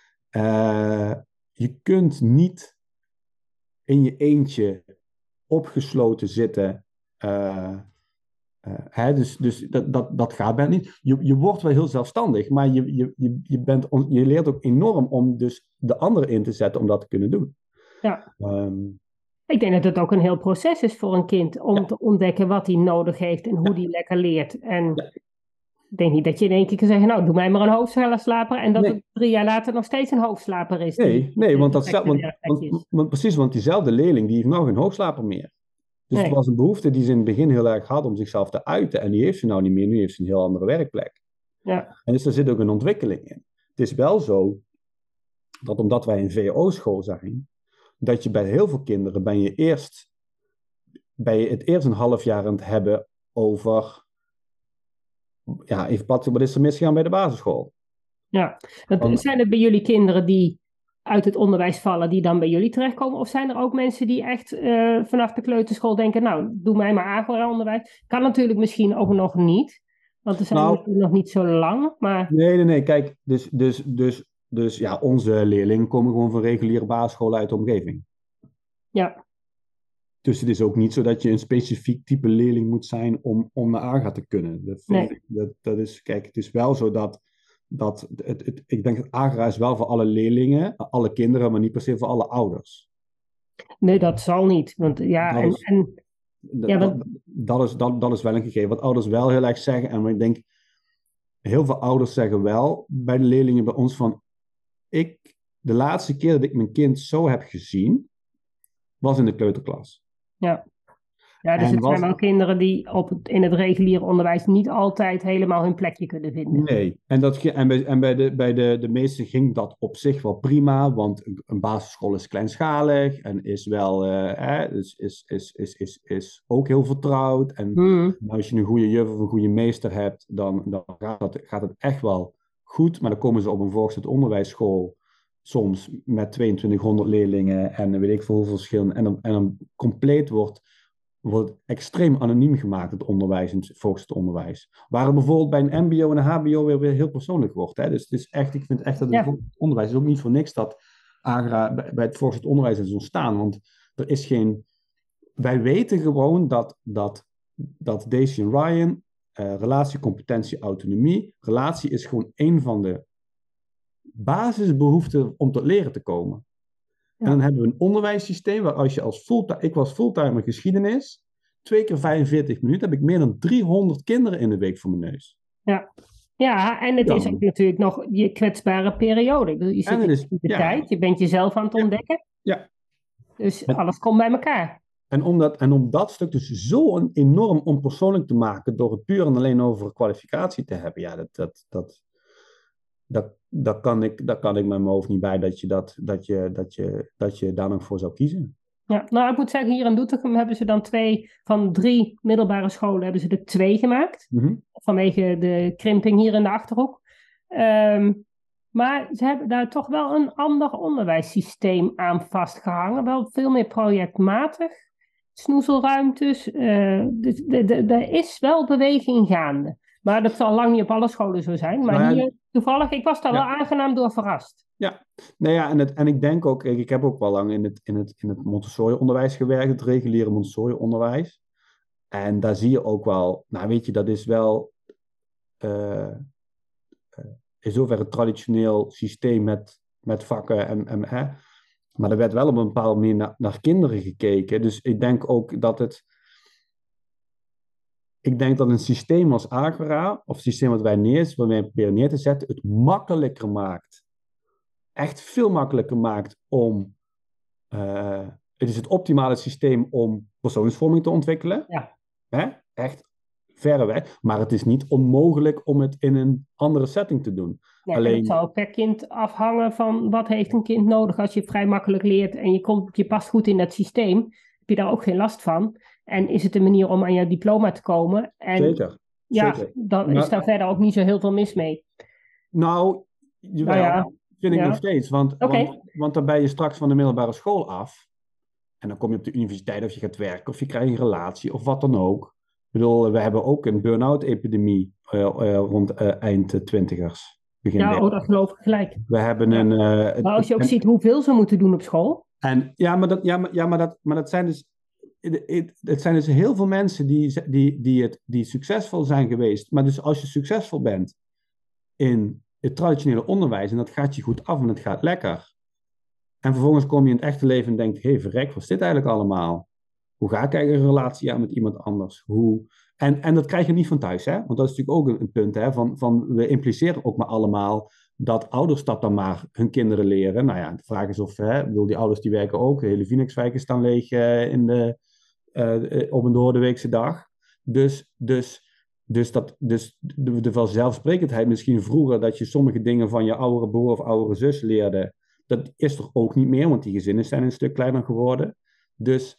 Uh, je kunt niet in je eentje opgesloten zitten. Uh, uh, hè, dus dus dat, dat, dat gaat bijna niet. Je, je wordt wel heel zelfstandig, maar je, je, je, je, bent on, je leert ook enorm om dus de ander in te zetten om dat te kunnen doen. Ja. Um, Ik denk dat het ook een heel proces is voor een kind om ja. te ontdekken wat hij nodig heeft en hoe ja. hij lekker leert. En ja. ik denk niet dat je in één keer kan zeggen, nou doe mij maar een hoofdslaper en dat nee. het drie jaar later nog steeds een hoofdslaper is. Nee, die, nee die want, dat zelf, want, want, want precies, want diezelfde leerling die heeft nog geen hoogslaper meer. Dus nee. het was een behoefte die ze in het begin heel erg had om zichzelf te uiten en die heeft ze nou niet meer, nu heeft ze een heel andere werkplek. Ja. En dus er zit ook een ontwikkeling in. Het is wel zo dat omdat wij een V O school zijn, dat je bij heel veel kinderen ben je eerst ben je het eerst een half jaar aan het hebben over, ja, even plat, wat is er misgegaan bij de basisschool? Ja, dat, zijn er bij jullie kinderen die uit het onderwijs vallen, die dan bij jullie terechtkomen? Of zijn er ook mensen die echt uh, vanaf de kleuterschool denken, nou, doe mij maar Agora-onderwijs? Kan natuurlijk misschien ook nog niet, want er zijn nou, nog niet zo lang, maar... Nee, nee, nee, kijk, dus, dus, dus, dus ja, onze leerlingen komen gewoon van reguliere basisscholen uit de omgeving. Ja. Dus het is ook niet zo dat je een specifiek type leerling moet zijn om, om naar Agra te kunnen. Dat, vind nee. ik, dat, dat is, kijk, het is wel zo dat, dat het, het, ik denk dat Agra is wel voor alle leerlingen, alle kinderen, maar niet per se voor alle ouders. Nee, dat zal niet. Want ja, dat en... Is, en ja, dat, dat, dat, is, dat, dat is wel een gegeven. Wat ouders wel heel erg zeggen, en ik denk, heel veel ouders zeggen wel bij de leerlingen bij ons van, ik, de laatste keer dat ik mijn kind zo heb gezien, was in de kleuterklas. Ja, ja dus en het wat... zijn wel kinderen die op het, in het reguliere onderwijs niet altijd helemaal hun plekje kunnen vinden. Nee, en, dat, en, bij, en bij, de, bij de, de meesten ging dat op zich wel prima, want een, een basisschool is kleinschalig en is wel, uh, eh, is, is, is, is, is, is ook heel vertrouwd. En hmm. als je een goede juf of een goede meester hebt, dan, dan gaat, dat, gaat het echt wel goed. Maar dan komen ze op een voortgezet onderwijsschool soms met tweeëntwintighonderd leerlingen en weet ik veel hoeveel verschillen. En dan, en dan compleet wordt, wordt extreem anoniem gemaakt, het onderwijs, het volksgezet onderwijs. Waar het bijvoorbeeld bij een mbo en een hbo weer, weer heel persoonlijk wordt. Hè? Dus het is echt, ik vind echt dat het ja. onderwijs is ook niet voor niks dat Agra bij, bij het volksgezet onderwijs is ontstaan. Want er is geen... Wij weten gewoon dat, dat, dat Daisy en Ryan, uh, relatie, competentie, autonomie, relatie is gewoon één van de basisbehoefte om tot leren te komen. Ja. En dan hebben we een onderwijssysteem waar als je als fulltime... Ik was fulltimer geschiedenis. Twee keer vijfenveertig minuten heb ik meer dan driehonderd kinderen in de week voor mijn neus. Ja, ja en het Dan. is ook natuurlijk nog je kwetsbare periode. Ik bedoel, je zit in de ja. tijd, je bent jezelf aan het ja. ontdekken. Ja. Dus en, alles komt bij elkaar. En om, dat, en om dat stuk dus zo een enorm onpersoonlijk te maken door het puur en alleen over kwalificatie te hebben, ja, dat, dat, dat, dat, dat, kan, ik, dat kan ik met mijn hoofd niet bij dat je, dat, dat, je, dat, je, dat je daar nog voor zou kiezen. Ja, nou, ik moet zeggen, hier in Doetinchem hebben ze dan twee van drie middelbare scholen hebben ze er twee gemaakt. Mm-hmm. Vanwege de krimping hier in de Achterhoek. Um, maar ze hebben daar toch wel een ander onderwijssysteem aan vastgehangen. Wel veel meer projectmatig. Snoezelruimtes. Uh, dus er is wel beweging gaande. Maar dat zal lang niet op alle scholen zo zijn. Maar, maar hier toevallig, ik was daar ja. wel aangenaam door verrast. Ja, nou ja, en, het, en ik denk ook, ik heb ook wel lang in het, in het, in het Montessori-onderwijs gewerkt, het reguliere Montessori-onderwijs. En daar zie je ook wel, nou weet je, dat is wel uh, uh, in zoverre een traditioneel systeem met, met vakken. En, en, hè. Maar er werd wel op een bepaalde manier naar, naar kinderen gekeken. Dus ik denk ook dat het... Ik denk dat een systeem als Agora, of het systeem wat wij neer, wat wij proberen neer te zetten, het makkelijker maakt. Echt veel makkelijker maakt om... Uh, het is het optimale systeem om persoonsvorming te ontwikkelen. Ja. Hè? Echt verreweg. Maar het is niet onmogelijk om het in een andere setting te doen. Nee, Alleen... Het zal per kind afhangen van wat heeft een kind nodig. Als je vrij makkelijk leert en je, komt, je past goed in dat systeem, heb je daar ook geen last van. En is het een manier om aan jouw diploma te komen? En Zeker. Ja, Zeker. dan maar, is daar verder ook niet zo heel veel mis mee. Nou, jawel, nou ja. vind ik ja. nog steeds. Want, okay. want, want dan ben je straks van de middelbare school af. En dan kom je op de universiteit of je gaat werken of je krijgt een relatie of wat dan ook. Ik bedoel, we hebben ook een burn-out epidemie uh, uh, rond uh, eind twintigers. Begin ja, oh, dat geloof ik gelijk. We hebben ja. een... Uh, maar als je ook en, ziet hoeveel ze moeten doen op school. En, ja, maar dat, ja, maar, ja, maar dat, maar dat zijn dus... Het, het zijn dus heel veel mensen die, die, die, het, die succesvol zijn geweest. Maar dus als je succesvol bent in het traditionele onderwijs en dat gaat je goed af en het gaat lekker. En vervolgens kom je in het echte leven en denkt, hé hey, verrek, wat is dit eigenlijk allemaal? Hoe ga ik eigenlijk een relatie aan met iemand anders? Hoe... En, en dat krijg je niet van thuis, hè? Want dat is natuurlijk ook een, een punt, hè? Van, van, we impliceren ook maar allemaal dat ouders dat dan maar hun kinderen leren. Nou ja, de vraag is of, hè, ik bedoel, die ouders die werken ook. De hele Phoenixwijken staan leeg uh, in de, uh, op een doordeweekse dag. Dus, dus, dus, dat, dus de, de vanzelfsprekendheid misschien vroeger dat je sommige dingen van je oudere broer of oudere zus leerde, dat is er ook niet meer, want die gezinnen zijn een stuk kleiner geworden. Dus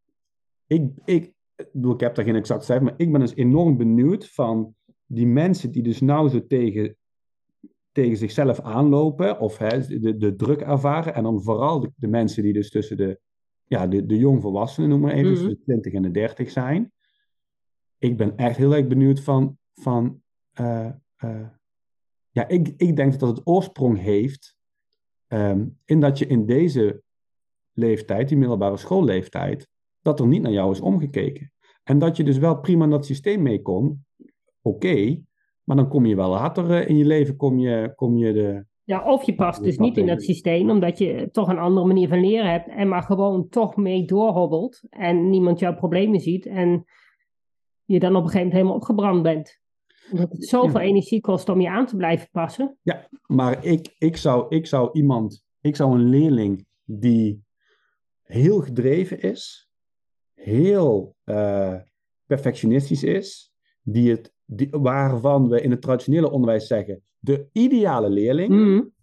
ik, ik, ik, bedoel, ik heb daar geen exact cijfer, maar ik ben dus enorm benieuwd van die mensen die dus nou zo tegen, tegen zichzelf aanlopen, of hè, de, de druk ervaren, en dan vooral de, de mensen die dus tussen de, ja, de, de jongvolwassenen, noem maar even, mm-hmm. tussen de twintig en de dertig zijn. Ik ben echt heel erg benieuwd van, van uh, uh, ja, ik, ik denk dat het oorsprong heeft um, in dat je in deze leeftijd, die middelbare schoolleeftijd, dat er niet naar jou is omgekeken. En dat je dus wel prima in dat systeem mee kon, oké, okay, maar dan kom je wel later uh, in je leven, kom je, kom je de... Ja, of je past dus niet in dat systeem, omdat je toch een andere manier van leren hebt en maar gewoon toch mee doorhobbelt en niemand jouw problemen ziet en je dan op een gegeven moment helemaal opgebrand bent. Omdat het zoveel ja. energie kost om je aan te blijven passen. Ja, maar ik, ik, zou, ik zou iemand, ik zou een leerling die heel gedreven is, heel uh, perfectionistisch is, die het, die, waarvan we in het traditionele onderwijs zeggen, de ideale leerling, mm.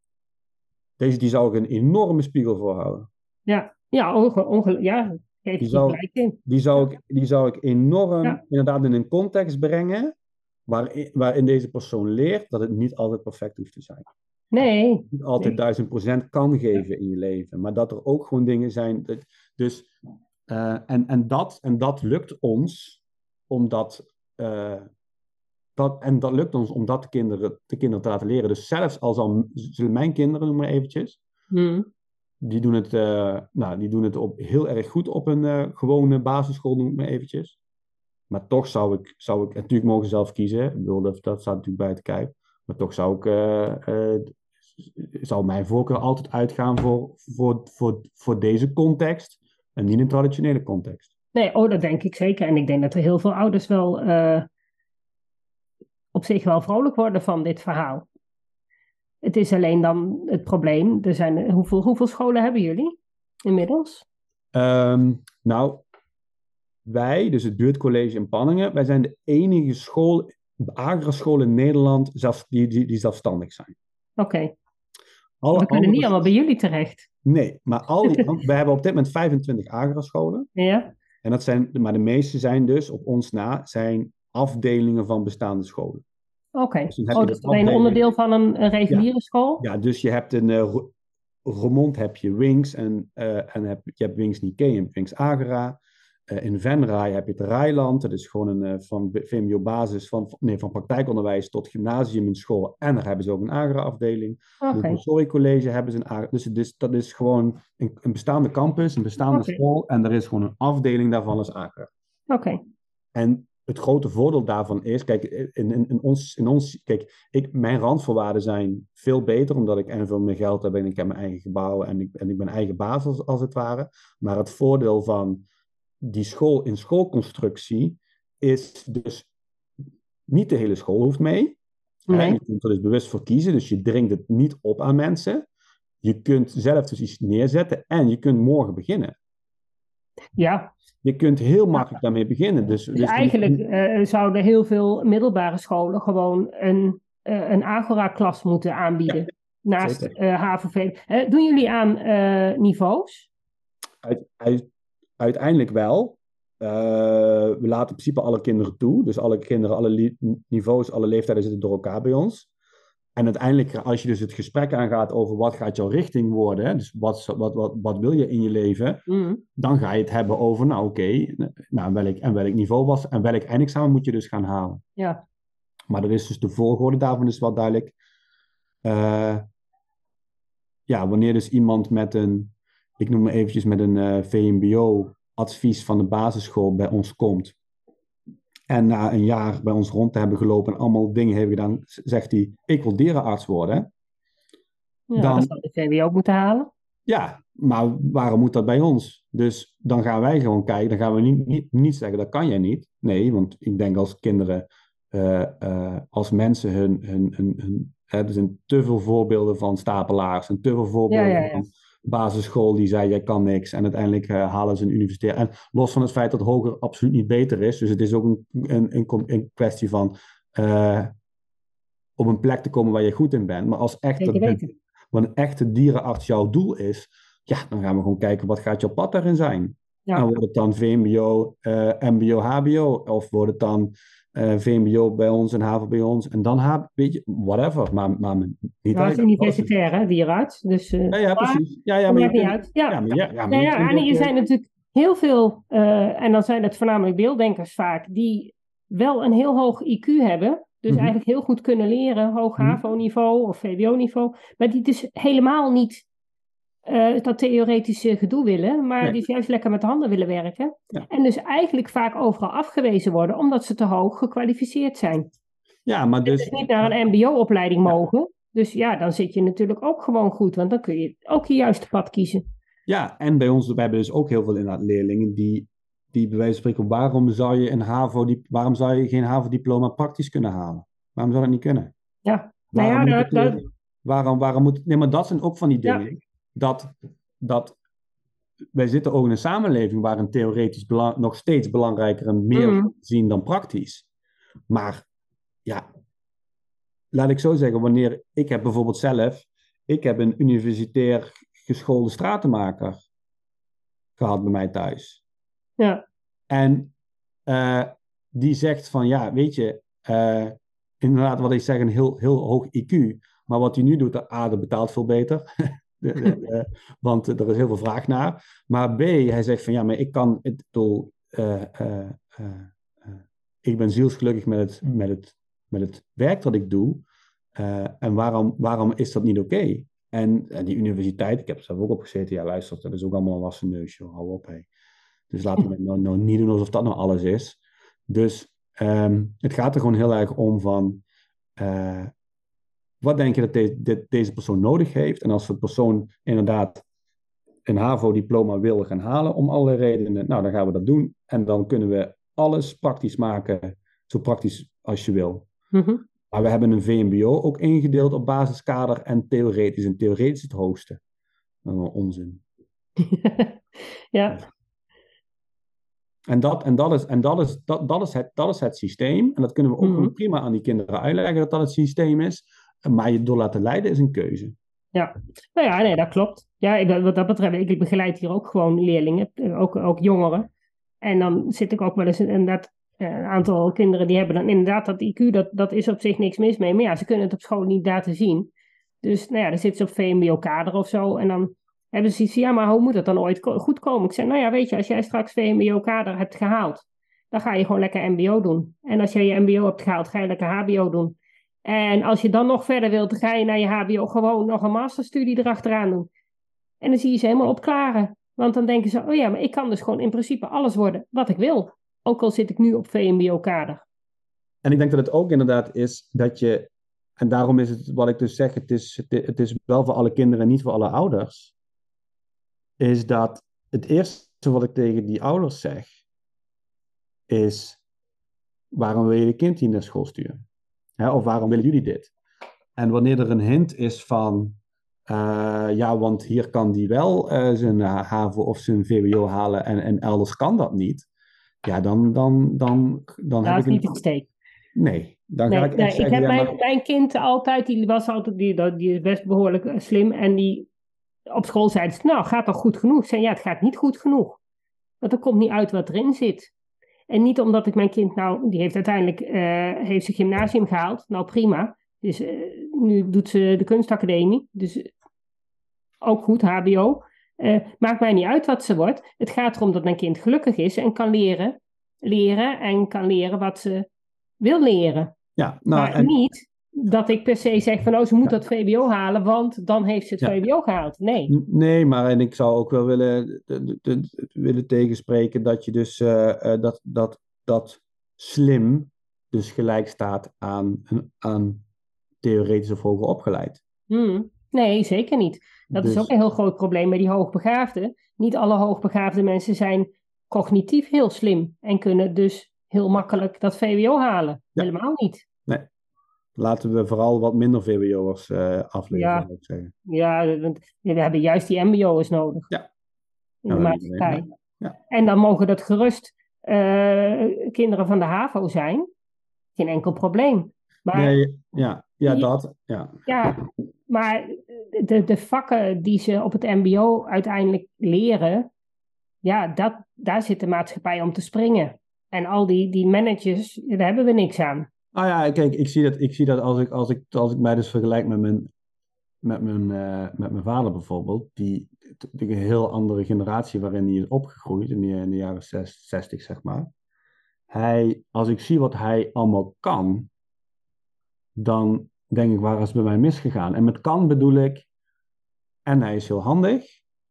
deze die zou ik een enorme spiegel voorhouden. Ja, ja, onge, onge, ja geef die, zou, gelijk in. Die, zou ik, die zou ik enorm ja. inderdaad in een context brengen, waar, waarin deze persoon leert dat het niet altijd perfect hoeft te zijn. Nee. Niet altijd duizend nee. procent kan geven in je leven, maar dat er ook gewoon dingen zijn. Dat, dus, uh, en, en, dat, en dat lukt ons, omdat. Uh, dat, en dat lukt ons om dat de kinderen, de kinderen te laten leren. Dus zelfs als al zullen mijn kinderen, noem maar eventjes, hmm. die doen het, uh, nou, die doen het op, heel erg goed op een uh, gewone basisschool, noem ik maar eventjes. Maar toch zou ik, zou ik natuurlijk mogen zelf kiezen. Ik bedoel, dat, dat staat natuurlijk bij te kijken. Maar toch zou ik, uh, uh, zal mijn voorkeur altijd uitgaan voor, voor, voor, voor deze context en niet een traditionele context. Nee, oh, dat denk ik zeker. En ik denk dat er heel veel ouders wel uh, op zich wel vrolijk worden van dit verhaal. Het is alleen dan het probleem. Er zijn, hoeveel, hoeveel scholen hebben jullie inmiddels? Um, nou, wij, dus het buurtcollege in Panningen, wij zijn de enige school, agraschool in Nederland zelfs, die, die, die zelfstandig zijn. Oké. Okay. We kunnen andere... niet allemaal bij jullie terecht. Nee, maar al die, wij hebben op dit moment vijfentwintig agrascholen. Ja. En dat zijn, maar de meeste zijn dus, op ons na, zijn afdelingen van bestaande scholen. Oké, okay. Dus oh, dat is alleen een onderdeel van een, een reguliere ja. school? Ja, dus je hebt een... Uh, Roermond heb je Wings en, uh, en heb, je hebt Wings Nikkei en Wings Agera. Uh, in Venray heb je het Rijland. Dat is gewoon een uh, van V M B O-basis, van, nee, van praktijkonderwijs tot gymnasium in school. En daar hebben ze ook een Agera-afdeling. Okay. De Montessori College hebben ze een Agera. Dus het is, dat is gewoon een, een bestaande campus, een bestaande okay. school. En er is gewoon een afdeling daarvan als Agera. Oké. Okay. En het grote voordeel daarvan is, kijk, in, in, in, ons, in ons, kijk, ik, mijn randvoorwaarden zijn veel beter, omdat ik en veel meer geld heb en ik heb mijn eigen gebouwen en ik, en ik ben eigen baas als, als het ware. Maar het voordeel van die school in schoolconstructie is dus niet de hele school hoeft mee. Nee. Je kunt er dus bewust voor kiezen, dus je dringt het niet op aan mensen. Je kunt zelf dus iets neerzetten en je kunt morgen beginnen. Ja. Je kunt heel makkelijk daarmee beginnen. Dus, dus, dus eigenlijk uh, zouden heel veel middelbare scholen gewoon een, uh, een Agora-klas moeten aanbieden. Ja, naast uh, H V V. Uh, doen jullie aan uh, niveaus? Uit, uit, uiteindelijk wel. Uh, we laten in principe alle kinderen toe. Dus alle kinderen, alle li- niveaus, alle leeftijden zitten door elkaar bij ons. En uiteindelijk, als je dus het gesprek aangaat over wat gaat jouw richting worden, hè, dus wat, wat, wat, wat wil je in je leven, mm. dan ga je het hebben over, nou oké, okay, nou, welk, en welk niveau was, en welk eindexamen moet je dus gaan halen. Ja. Maar dat is dus de volgorde daarvan is wel duidelijk. Uh, ja, wanneer dus iemand met een, ik noem maar eventjes met een uh, V M B O-advies van de basisschool bij ons komt, en na een jaar bij ons rond te hebben gelopen en allemaal dingen heeft gedaan, zegt hij, ik wil dierenarts worden. Ja, dan, dat zou de V W O ook moeten halen. Ja, maar waarom moet dat bij ons? Dus dan gaan wij gewoon kijken, dan gaan we niet, niet, niet zeggen, dat kan jij niet. Nee, want ik denk als kinderen, uh, uh, als mensen hun, hun, hun, hun hè, er zijn te veel voorbeelden van stapelaars en te veel voorbeelden ja, ja, ja. van basisschool die zei, jij kan niks. En uiteindelijk uh, halen ze een universiteit. En los van het feit dat hoger absoluut niet beter is. Dus het is ook een, een, een, een kwestie van uh, op een plek te komen waar je goed in bent. Maar als echte, want een echte dierenarts jouw doel is, ja, dan gaan we gewoon kijken, wat gaat jouw pad daarin zijn? Ja. En wordt het dan V M B O, uh, M B O, H B O? Of wordt het dan uh, V M B O bij ons en H A V O bij ons? En dan H B O, weet je, whatever. Maar, maar niet nou, het is universitair, hè, dierenarts. Dus, uh, ja, ja, precies. Ja, ja, maar maakt niet uit. Ja, ja, maar, ja, ja, maar ja, ja, en er zijn natuurlijk heel veel, uh, en dan zijn het voornamelijk beelddenkers vaak, die wel een heel hoog I Q hebben. Dus mm-hmm. eigenlijk heel goed kunnen leren, hoog H A V O-niveau of V W O-niveau. Maar die dus helemaal niet uh, dat theoretische gedoe willen, maar nee. die juist lekker met de handen willen werken. Ja. En dus eigenlijk vaak overal afgewezen worden, omdat ze te hoog gekwalificeerd zijn. Ja, maar dus... dus niet naar een M B O-opleiding ja. mogen. Dus ja, dan zit je natuurlijk ook gewoon goed, want dan kun je ook je juiste pad kiezen. Ja, en bij ons, we hebben dus ook heel veel inderdaad leerlingen die... die bij wijze van spreken, waarom zou je een H A V O, waarom zou je geen H A V O-diploma praktisch kunnen halen? Waarom zou dat niet kunnen? Ja, waarom nou ja, moet dat, het, dat... waarom, waarom moet, nee, maar dat zijn ook van die dingen, ja. dat, dat wij zitten ook in een samenleving waarin theoretisch belang, nog steeds belangrijker en meer mm. zien dan praktisch. Maar, ja, laat ik zo zeggen, wanneer, ik heb bijvoorbeeld zelf, ik heb een universitair geschoolde stratenmaker gehad bij mij thuis. Ja. En uh, die zegt van, ja, weet je, uh, inderdaad wat ik zeg, een heel, heel hoog I Q. Maar wat hij nu doet, A, dat betaalt veel beter. de, de, de, want er is heel veel vraag naar. Maar B, hij zegt van, ja, maar ik kan, het bedoel, uh, uh, uh, uh, ik ben zielsgelukkig met het, met het, met het werk dat ik doe. Uh, en waarom, waarom is dat niet oké? Okay? En, en die universiteit, ik heb er zelf ook op gezeten, ja, luister, dat is ook allemaal een wassen neus, joh, hou op, hé. Hey. Dus laten we het nou, nou niet doen alsof dat nou alles is. Dus um, het gaat er gewoon heel erg om van... Uh, wat denk je dat de, de, deze persoon nodig heeft? En als de persoon inderdaad een HAVO-diploma wil gaan halen om alle redenen, nou, dan gaan we dat doen. En dan kunnen we alles praktisch maken, zo praktisch als je wil. Mm-hmm. Maar we hebben een V M B O ook ingedeeld op basiskader en theoretisch. En theoretisch het hoogste. Dat is wel onzin. Ja. En, dat, en, dat, is, en dat, is, dat, dat, is het, dat is het systeem. En dat kunnen we ook Mm-hmm. gewoon prima aan die kinderen uitleggen dat dat het systeem is. Maar je door laten leiden is een keuze. Ja, nou ja, nee, dat klopt. Ja, ik, wat dat betreft, ik begeleid hier ook gewoon leerlingen, ook, ook jongeren. En dan zit ik ook wel eens inderdaad, een aantal kinderen die hebben dan inderdaad dat I Q, dat, dat is op zich niks mis mee. Maar ja, ze kunnen het op school niet laten zien. Dus nou ja, dan zitten ze op V M B O-kader of zo. En dan hebben ze iets, ja, maar hoe moet dat dan ooit ko- goed komen? Ik zeg, nou ja, weet je, als jij straks V M B O-kader hebt gehaald, dan ga je gewoon lekker M B O doen. En als jij je M B O hebt gehaald, ga je lekker H B O doen. En als je dan nog verder wilt, dan ga je naar je H B O gewoon nog een masterstudie erachteraan doen. En dan zie je ze helemaal opklaren. Want dan denken ze, oh ja, maar ik kan dus gewoon in principe alles worden wat ik wil. Ook al zit ik nu op V M B O-kader. En ik denk dat het ook inderdaad is dat je, en daarom is het wat ik dus zeg, het is, het is wel voor alle kinderen en niet voor alle ouders, is dat het eerste wat ik tegen die ouders zeg, is waarom wil je je kind hier naar school sturen? Hè, of waarom willen jullie dit? En wanneer er een hint is van, uh, ja, want hier kan die wel uh, zijn uh, HAVO of zijn V W O halen en, en elders kan dat niet. Ja, dan, dan, dan, dan Dat heb is ik niet een... het steek. Nee, dan Nee, ga ik nee, echt ik zeggen... heb ja, mijn, maar... mijn kind altijd, die was altijd, die, die is best behoorlijk uh, slim. En die op school zei ze, nou, gaat toch goed genoeg? Ik zei, ja, het gaat niet goed genoeg. Want er komt niet uit wat erin zit. En niet omdat ik mijn kind, nou, die heeft uiteindelijk, uh, heeft ze gymnasium gehaald. Nou, prima. Dus uh, nu doet ze de kunstacademie. Dus uh, ook goed, H B O. Uh, maakt mij niet uit wat ze wordt. Het gaat erom dat mijn kind gelukkig is en kan leren. Leren en kan leren wat ze wil leren. Ja, nou, maar en... niet dat ik per se zeg van, oh, ze moet ja. dat V B O halen, want dan heeft ze het ja. V B O gehaald. Nee. Nee, maar en ik zou ook wel willen, de, de, de, willen tegenspreken dat je dus uh, uh, dat, dat, dat slim dus gelijk staat aan, aan theoretisch of hoger opgeleid. Hmm. Nee, zeker niet. Dat dus... is ook een heel groot probleem bij die hoogbegaafden. Niet alle hoogbegaafde mensen zijn cognitief heel slim en kunnen dus heel makkelijk dat V W O halen. Ja. Helemaal niet. Nee. Laten we vooral wat minder V W O'ers uh, afleveren, ja. zou ik zeggen. Ja, want we hebben juist die M B O'ers nodig. Ja. In de ja, maatschappij. Ja. Ja. En dan mogen dat gerust uh, kinderen van de HAVO zijn. Geen enkel probleem. Maar, nee, ja, ja, die, dat. Ja. ja, maar de, de vakken die ze op het M B O uiteindelijk leren, ja, dat, daar zit de maatschappij om te springen. En al die, die managers, daar hebben we niks aan. Ah ja, kijk, ik zie dat, ik zie dat als, ik, als, ik, als ik mij dus vergelijk met mijn, met mijn, uh, met mijn vader bijvoorbeeld, die natuurlijk een heel andere generatie waarin hij is opgegroeid, in de, in de jaren zestig, zeg maar. Hij, als ik zie wat hij allemaal kan, dan denk ik, waar is het bij mij misgegaan? En met kan bedoel ik, en hij is heel handig,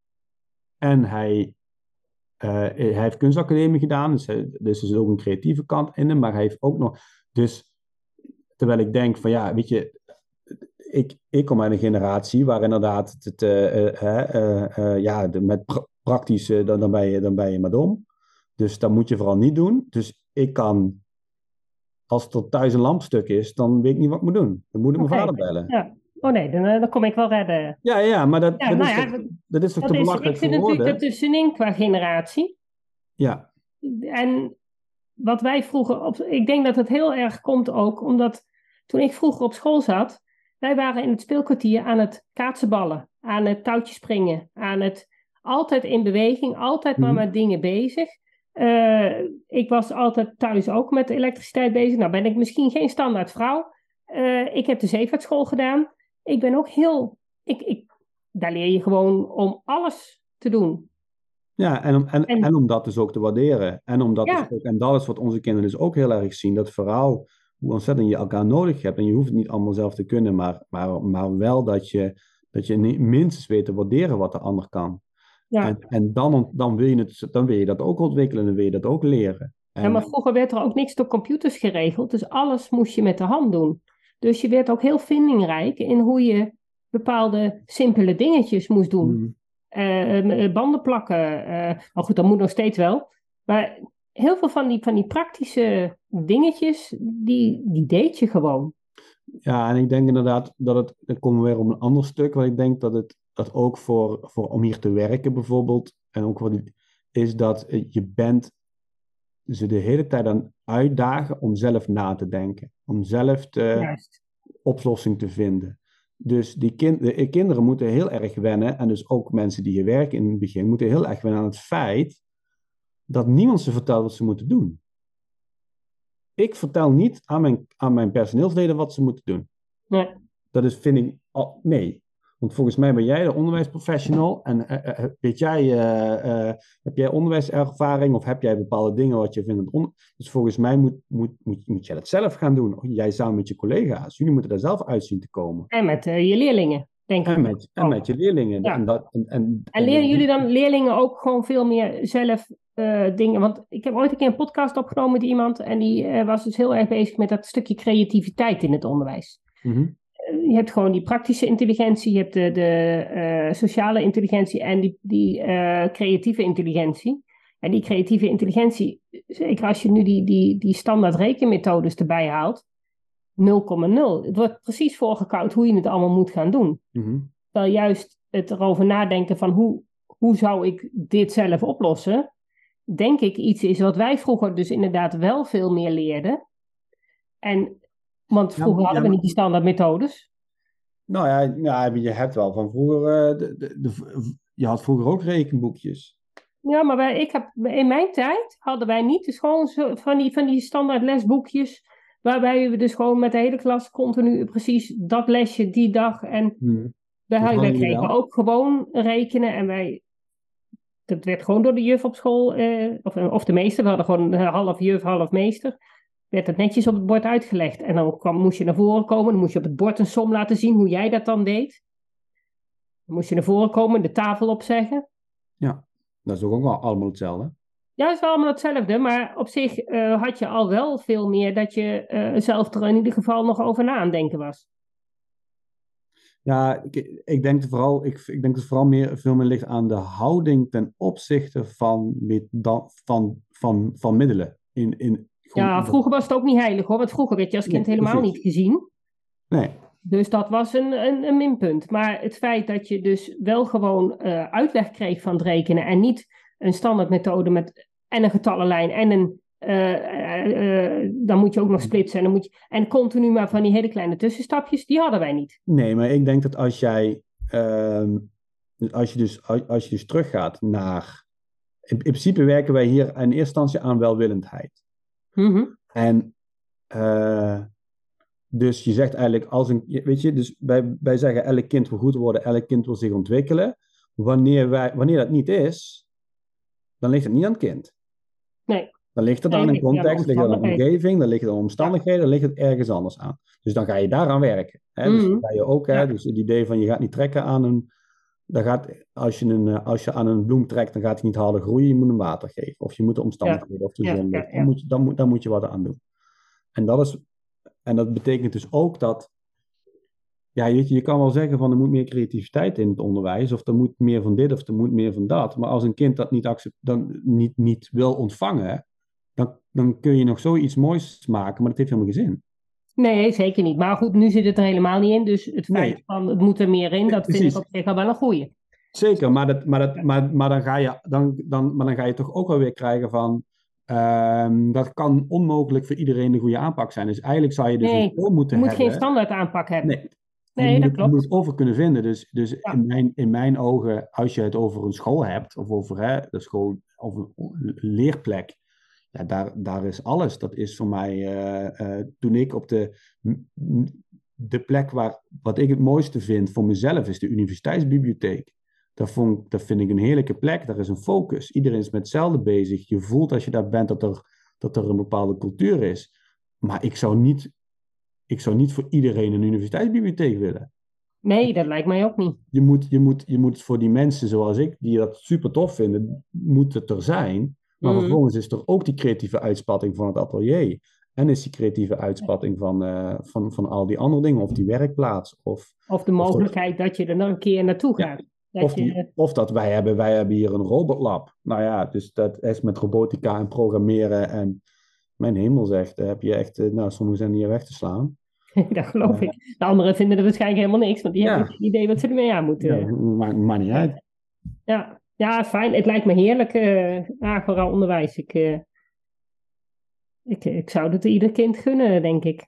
en hij, uh, hij heeft kunstacademie gedaan, dus, dus er zit ook een creatieve kant in hem, maar hij heeft ook nog, dus terwijl ik denk van ja, weet je, ik, ik kom uit een generatie waar inderdaad, het, uh, uh, uh, uh, ja, de, met pra- praktisch, uh, dan, dan, ben je, dan ben je maar dom. Dus dat moet je vooral niet doen. Dus ik kan, als er thuis een lampstuk is, dan weet ik niet wat ik moet doen. Dan moet ik okay. mijn vader bellen. Ja. Oh nee, dan, dan kom ik wel redden. Ja, ja, maar dat, ja, dat, nou is, ja, toch, dat, dat is toch dat te is, belachelijk voor woorden? Ik zit natuurlijk ertussenin qua generatie. Ja. En wat wij vroeger, op, ik denk dat het heel erg komt ook, omdat toen ik vroeger op school zat, wij waren in het speelkwartier aan het kaatsenballen, aan het touwtje springen, aan het altijd in beweging, altijd maar met dingen bezig. Uh, ik was altijd thuis ook met elektriciteit bezig. Nou ben ik misschien geen standaard vrouw. Uh, ik heb de zeevaartschool gedaan. Ik ben ook heel, ik, ik, daar leer je gewoon om alles te doen. Ja, en om, en, en, en om dat dus ook te waarderen. En, om dat ja. dus ook, en dat is wat onze kinderen dus ook heel erg zien. Dat vooral hoe ontzettend je elkaar nodig hebt. En je hoeft het niet allemaal zelf te kunnen. Maar, maar, maar wel dat je, dat je minstens weet te waarderen wat de ander kan. Ja. En, en dan, dan, wil je het, dan wil je dat ook ontwikkelen. En dan wil je dat ook leren. En... Ja, maar vroeger werd er ook niks door computers geregeld. Dus alles moest je met de hand doen. Dus je werd ook heel vindingrijk in hoe je bepaalde simpele dingetjes moest doen. Mm. Uh, banden plakken. Uh, maar goed, dat moet nog steeds wel. Maar heel veel van die, van die praktische dingetjes, die, die deed je gewoon. Ja, en ik denk inderdaad dat het, dan komen we weer op een ander stuk, want ik denk dat het dat ook voor, voor om hier te werken bijvoorbeeld, en ook wat is dat je bent ze de hele tijd aan uitdagen om zelf na te denken, om zelf de Juist. oplossing te vinden. Dus die kind, de kinderen moeten heel erg wennen, en dus ook mensen die hier werken in het begin, moeten heel erg wennen aan het feit dat niemand ze vertelt wat ze moeten doen. Ik vertel niet aan mijn, aan mijn personeelsleden wat ze moeten doen. Nee. Dat is, vind ik, al, nee. Want volgens mij ben jij de onderwijsprofessional en uh, weet jij, uh, uh, heb jij onderwijservaring of heb jij bepaalde dingen wat je vindt? On- dus volgens mij moet, moet, moet, moet jij dat zelf gaan doen. Jij samen met je collega's. Jullie moeten daar zelf uit zien te komen. En met uh, je leerlingen, denk ik. En met, en met je leerlingen. Ja. En, dat, en, en, en leren jullie dan leerlingen ook gewoon veel meer zelf uh, dingen? Want ik heb ooit een keer een podcast opgenomen met iemand en die uh, was dus heel erg bezig met dat stukje creativiteit in het onderwijs. Mm-hmm. Je hebt gewoon die praktische intelligentie, je hebt de, de uh, sociale intelligentie en die, die uh, creatieve intelligentie. En die creatieve intelligentie, zeker als je nu die, die, die standaard rekenmethodes erbij haalt, nul komma nul. Het wordt precies voorgekoud hoe je het allemaal moet gaan doen. Mm-hmm. Terwijl juist het erover nadenken van hoe, hoe zou ik dit zelf oplossen, denk ik iets is wat wij vroeger dus inderdaad wel veel meer leerden. En Want vroeger ja, hadden ja, we niet die standaard methodes. Nou ja, ja, je hebt wel van vroeger... Uh, de, de, de, je had vroeger ook rekenboekjes. Ja, maar wij, ik heb, in mijn tijd hadden wij niet dus gewoon zo, van, die, van die standaard lesboekjes... waarbij we dus gewoon met de hele klas continu precies dat lesje die dag... en hmm. wij, wij kregen ook gewoon rekenen en wij... Dat werd gewoon door de juf op school, uh, of, of de meester. We hadden gewoon half juf, half meester... werd het netjes op het bord uitgelegd. En dan kwam, moest je naar voren komen. Dan moest je op het bord een som laten zien hoe jij dat dan deed. Dan moest je naar voren komen, de tafel opzeggen. Ja, dat is ook wel allemaal hetzelfde. Ja, dat is wel allemaal hetzelfde. Maar op zich uh, had je al wel veel meer dat je uh, zelf er in ieder geval nog over na aan denken was. Ja, ik, ik denk vooral, ik, ik denk dat het vooral meer, veel meer ligt aan de houding ten opzichte van, van, van, van middelen. In, in, Ja, vroeger was het ook niet heilig hoor, want vroeger werd je als kind nee, helemaal precies. niet gezien. Nee. Dus dat was een, een, een minpunt. Maar het feit dat je dus wel gewoon uh, uitleg kreeg van het rekenen en niet een standaardmethode met en een getallenlijn en een, uh, uh, uh, dan moet je ook nog splitsen en dan moet je, en continu maar van die hele kleine tussenstapjes, die hadden wij niet. Nee, maar ik denk dat als jij, uh, als je dus, als, als je dus teruggaat naar, in, in principe werken wij hier in eerste instantie aan welwillendheid. Mm-hmm. En uh, dus je zegt eigenlijk als een, weet je, dus wij, wij zeggen elk kind wil goed worden, elk kind wil zich ontwikkelen. Wanneer, wij, wanneer dat niet is, dan ligt het niet aan het kind. Nee. Dan ligt het nee, aan een context, ligt het aan een omgeving, dan ligt het aan omstandigheden, dan ligt het ergens anders aan. Dus dan ga je daaraan werken. Hè? Mm-hmm. Dus dan ga je ook, hè, ja. Dus het idee van je gaat niet trekken aan een, dan gaat, als, je een, als je aan een bloem trekt, dan gaat hij niet harder groeien, je moet hem water geven. Of je moet de omstandigheden ja. of de zon, ja, ja, ja. Dan, moet je, dan, moet, dan moet je wat aan doen. En dat is, en dat betekent dus ook dat, ja, je, je kan wel zeggen van er moet meer creativiteit in het onderwijs, of er moet meer van dit, of er moet meer van dat. Maar als een kind dat niet, accept, dan niet, niet wil ontvangen, dan, dan kun je nog zoiets moois maken, maar dat heeft helemaal geen zin. Nee, zeker niet. Maar goed, nu zit het er helemaal niet in. Dus het feit nee. van het moet er meer in, dat Precies. vind ik op zich al wel een goeie. Zeker, maar, dat, maar, dat, maar, maar, dan ga je, dan, dan, maar dan ga je toch ook wel weer krijgen van... Um, dat kan onmogelijk voor iedereen de goede aanpak zijn. Dus eigenlijk zou je dus nee, een school moeten hebben... je moet geen standaard aanpak hebben. Nee, nee je dat moet, klopt. Je moet het over kunnen vinden. Dus, dus ja. in, mijn, in mijn ogen, als je het over een school hebt... of over hè, de school, of een leerplek... Ja, daar, daar is alles. Dat is voor mij... Uh, uh, toen ik op de... De plek waar... Wat ik het mooiste vind voor mezelf... is de universiteitsbibliotheek. Dat, vond, dat vind ik een heerlijke plek. Daar is een focus. Iedereen is met hetzelfde bezig. Je voelt als je daar bent dat er, dat er een bepaalde cultuur is. Maar ik zou niet, ik zou niet voor iedereen een universiteitsbibliotheek willen. Nee, dat lijkt mij ook niet. Je moet, je moet, je moet voor die mensen zoals ik, die dat super tof vinden, moet het er zijn. Maar mm. vervolgens is er ook die creatieve uitspatting van het atelier. En is die creatieve uitspatting van, uh, van, van al die andere dingen, of die werkplaats. Of, of de mogelijkheid of dat, dat je er nog een keer naartoe gaat. Ja, dat of, je, die, of dat wij hebben, wij hebben hier een robotlab. Nou ja, dus dat is met robotica en programmeren en mijn hemel zegt, daar heb je echt, nou sommigen zijn hier weg te slaan. Dat geloof uh, ik. De anderen vinden er waarschijnlijk helemaal niks, want die ja. hebben geen idee wat ze ermee aan moeten. Ja, maakt maar niet uit. Ja. ja, fijn. Het lijkt me heerlijk, uh, Agora onderwijs. Ik, uh, ik, ik zou het ieder kind gunnen, denk ik.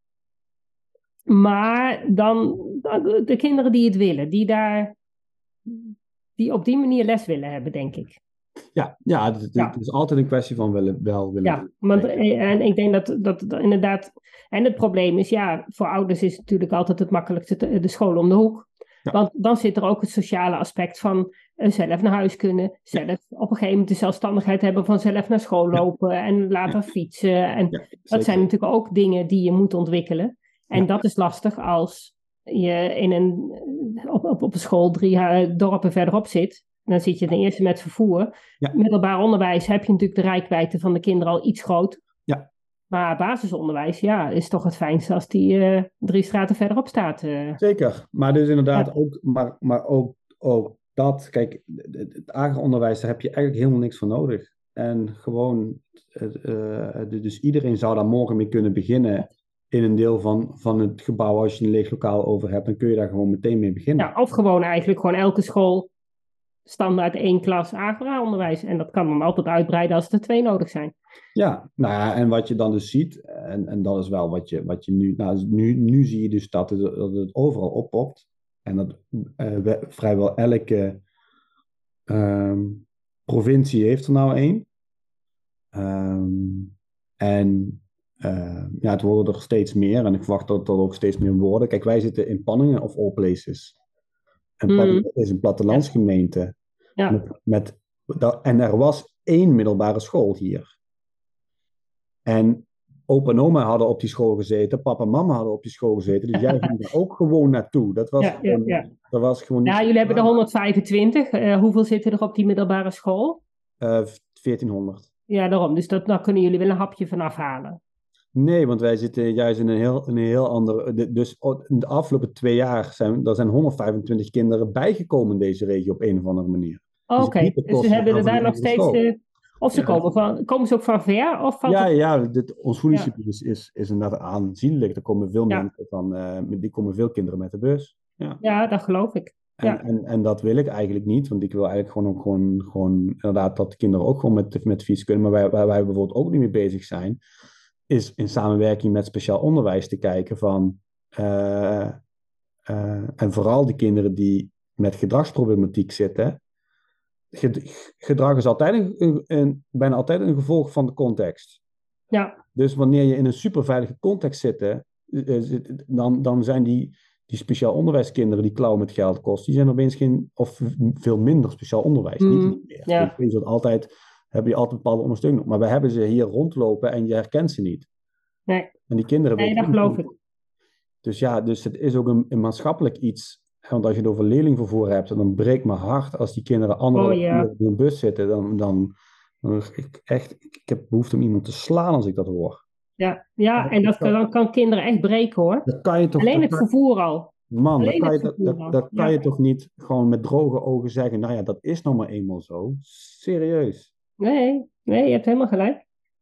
Maar dan, dan de kinderen die het willen, die daar, die op die manier les willen hebben, denk ik. Ja, ja, het, het ja. is altijd een kwestie van willen, wel willen. Ja, want, en ik denk dat, dat, dat inderdaad... En het probleem is, ja, voor ouders is het natuurlijk altijd het makkelijkste te, de school om de hoek. Ja. Want dan zit er ook het sociale aspect van uh, zelf naar huis kunnen. Zelf ja. op een gegeven moment de zelfstandigheid hebben van zelf naar school lopen ja. en later ja. fietsen. En ja, dat zijn natuurlijk ook dingen die je moet ontwikkelen. En ja. dat is lastig als je in een, op, op, op een school drie uh, dorpen verderop zit. Dan zit je ten eerste met vervoer. Ja. Middelbaar onderwijs heb je natuurlijk de reikwijdte van de kinderen al iets groot. Ja. Maar basisonderwijs, ja, is toch het fijnste als die uh, drie straten verderop staat. Uh. Zeker, maar dus inderdaad ja. ook, maar, maar ook, ook dat, kijk, het agra-onderwijs, daar heb je eigenlijk helemaal niks voor nodig. En gewoon, uh, dus iedereen zou daar morgen mee kunnen beginnen in een deel van, van het gebouw. Als je een leeg lokaal over hebt, dan kun je daar gewoon meteen mee beginnen. Ja, of gewoon eigenlijk gewoon elke school standaard één klas agra-onderwijs. En dat kan dan altijd uitbreiden als er twee nodig zijn. Ja, nou ja, en wat je dan dus ziet, en, en dat is wel wat je, wat je nu, nou, nu, nu zie je dus dat het, dat het overal oppopt. En dat uh, we, vrijwel elke um, provincie heeft er nou één. Um, en uh, ja, het worden er steeds meer. En ik verwacht dat er ook steeds meer worden. Kijk, wij zitten in Panningen of all places. En Panningen mm. is een plattelandsgemeente. Ja. Met, met, dat, en er was één middelbare school hier. En opa en oma hadden op die school gezeten, papa en mama hadden op die school gezeten, dus jij ging er ook gewoon naartoe. Dat was, ja, gewoon, ja, ja. Dat was gewoon niet. Ja, jullie hebben er honderdvijfentwintig. Uh, hoeveel zitten er op die middelbare school? Uh, veertienhonderd. Ja, daarom. Dus dat, daar kunnen jullie wel een hapje van afhalen. Nee, want wij zitten juist in een heel, een heel ander... Dus in de afgelopen twee jaar zijn er zijn honderdvijfentwintig kinderen bijgekomen in deze regio op een of andere manier. Oké, okay. Dus, dus ze hebben er daar nog steeds... De... Of ze ja. komen van... Komen ze ook van ver? Of van ja, het... ja dit, ons voedingsgebied ja. is, is, is inderdaad aanzienlijk. Er komen veel ja. mensen van... Uh, die komen veel kinderen met de bus. Ja, ja dat geloof ik. Ja. En, en, en dat wil ik eigenlijk niet, want ik wil eigenlijk gewoon ook gewoon, gewoon inderdaad dat de kinderen ook gewoon met, met fiets kunnen. Maar waar, waar wij bijvoorbeeld ook niet mee bezig zijn, is in samenwerking met speciaal onderwijs te kijken van, uh, uh, en vooral de kinderen die met gedragsproblematiek zitten. Gedrag is altijd een, een, een, bijna altijd een gevolg van de context. Ja. Dus wanneer je in een superveilige context zit, dan, dan zijn die, die speciaal onderwijskinderen die klauwen met geld kosten, die zijn opeens geen, of veel minder speciaal onderwijs. Mm, niet meer. Ja. Dus je altijd, heb je altijd bepaalde ondersteuning. Maar we hebben ze hier rondlopen en je herkent ze niet. Nee. En die kinderen nee, weten dat geloof ik. Dus ja, dus het is ook een, een maatschappelijk iets. Want als je het over leerlingvervoer hebt, dan breekt mijn hart als die kinderen anderen oh, ja. in een bus zitten. Dan, dan, dan ik, echt, ik heb behoefte om iemand te slaan als ik dat hoor. Ja, ja en dat kan, dan kan kinderen echt breken hoor. Dat kan je toch, Alleen het kan, vervoer al. Man, Alleen dat kan, het je, vervoer dat, al. dat kan ja. je toch niet gewoon met droge ogen zeggen, nou ja, dat is nou maar eenmaal zo. Serieus. Nee, nee, je hebt helemaal gelijk.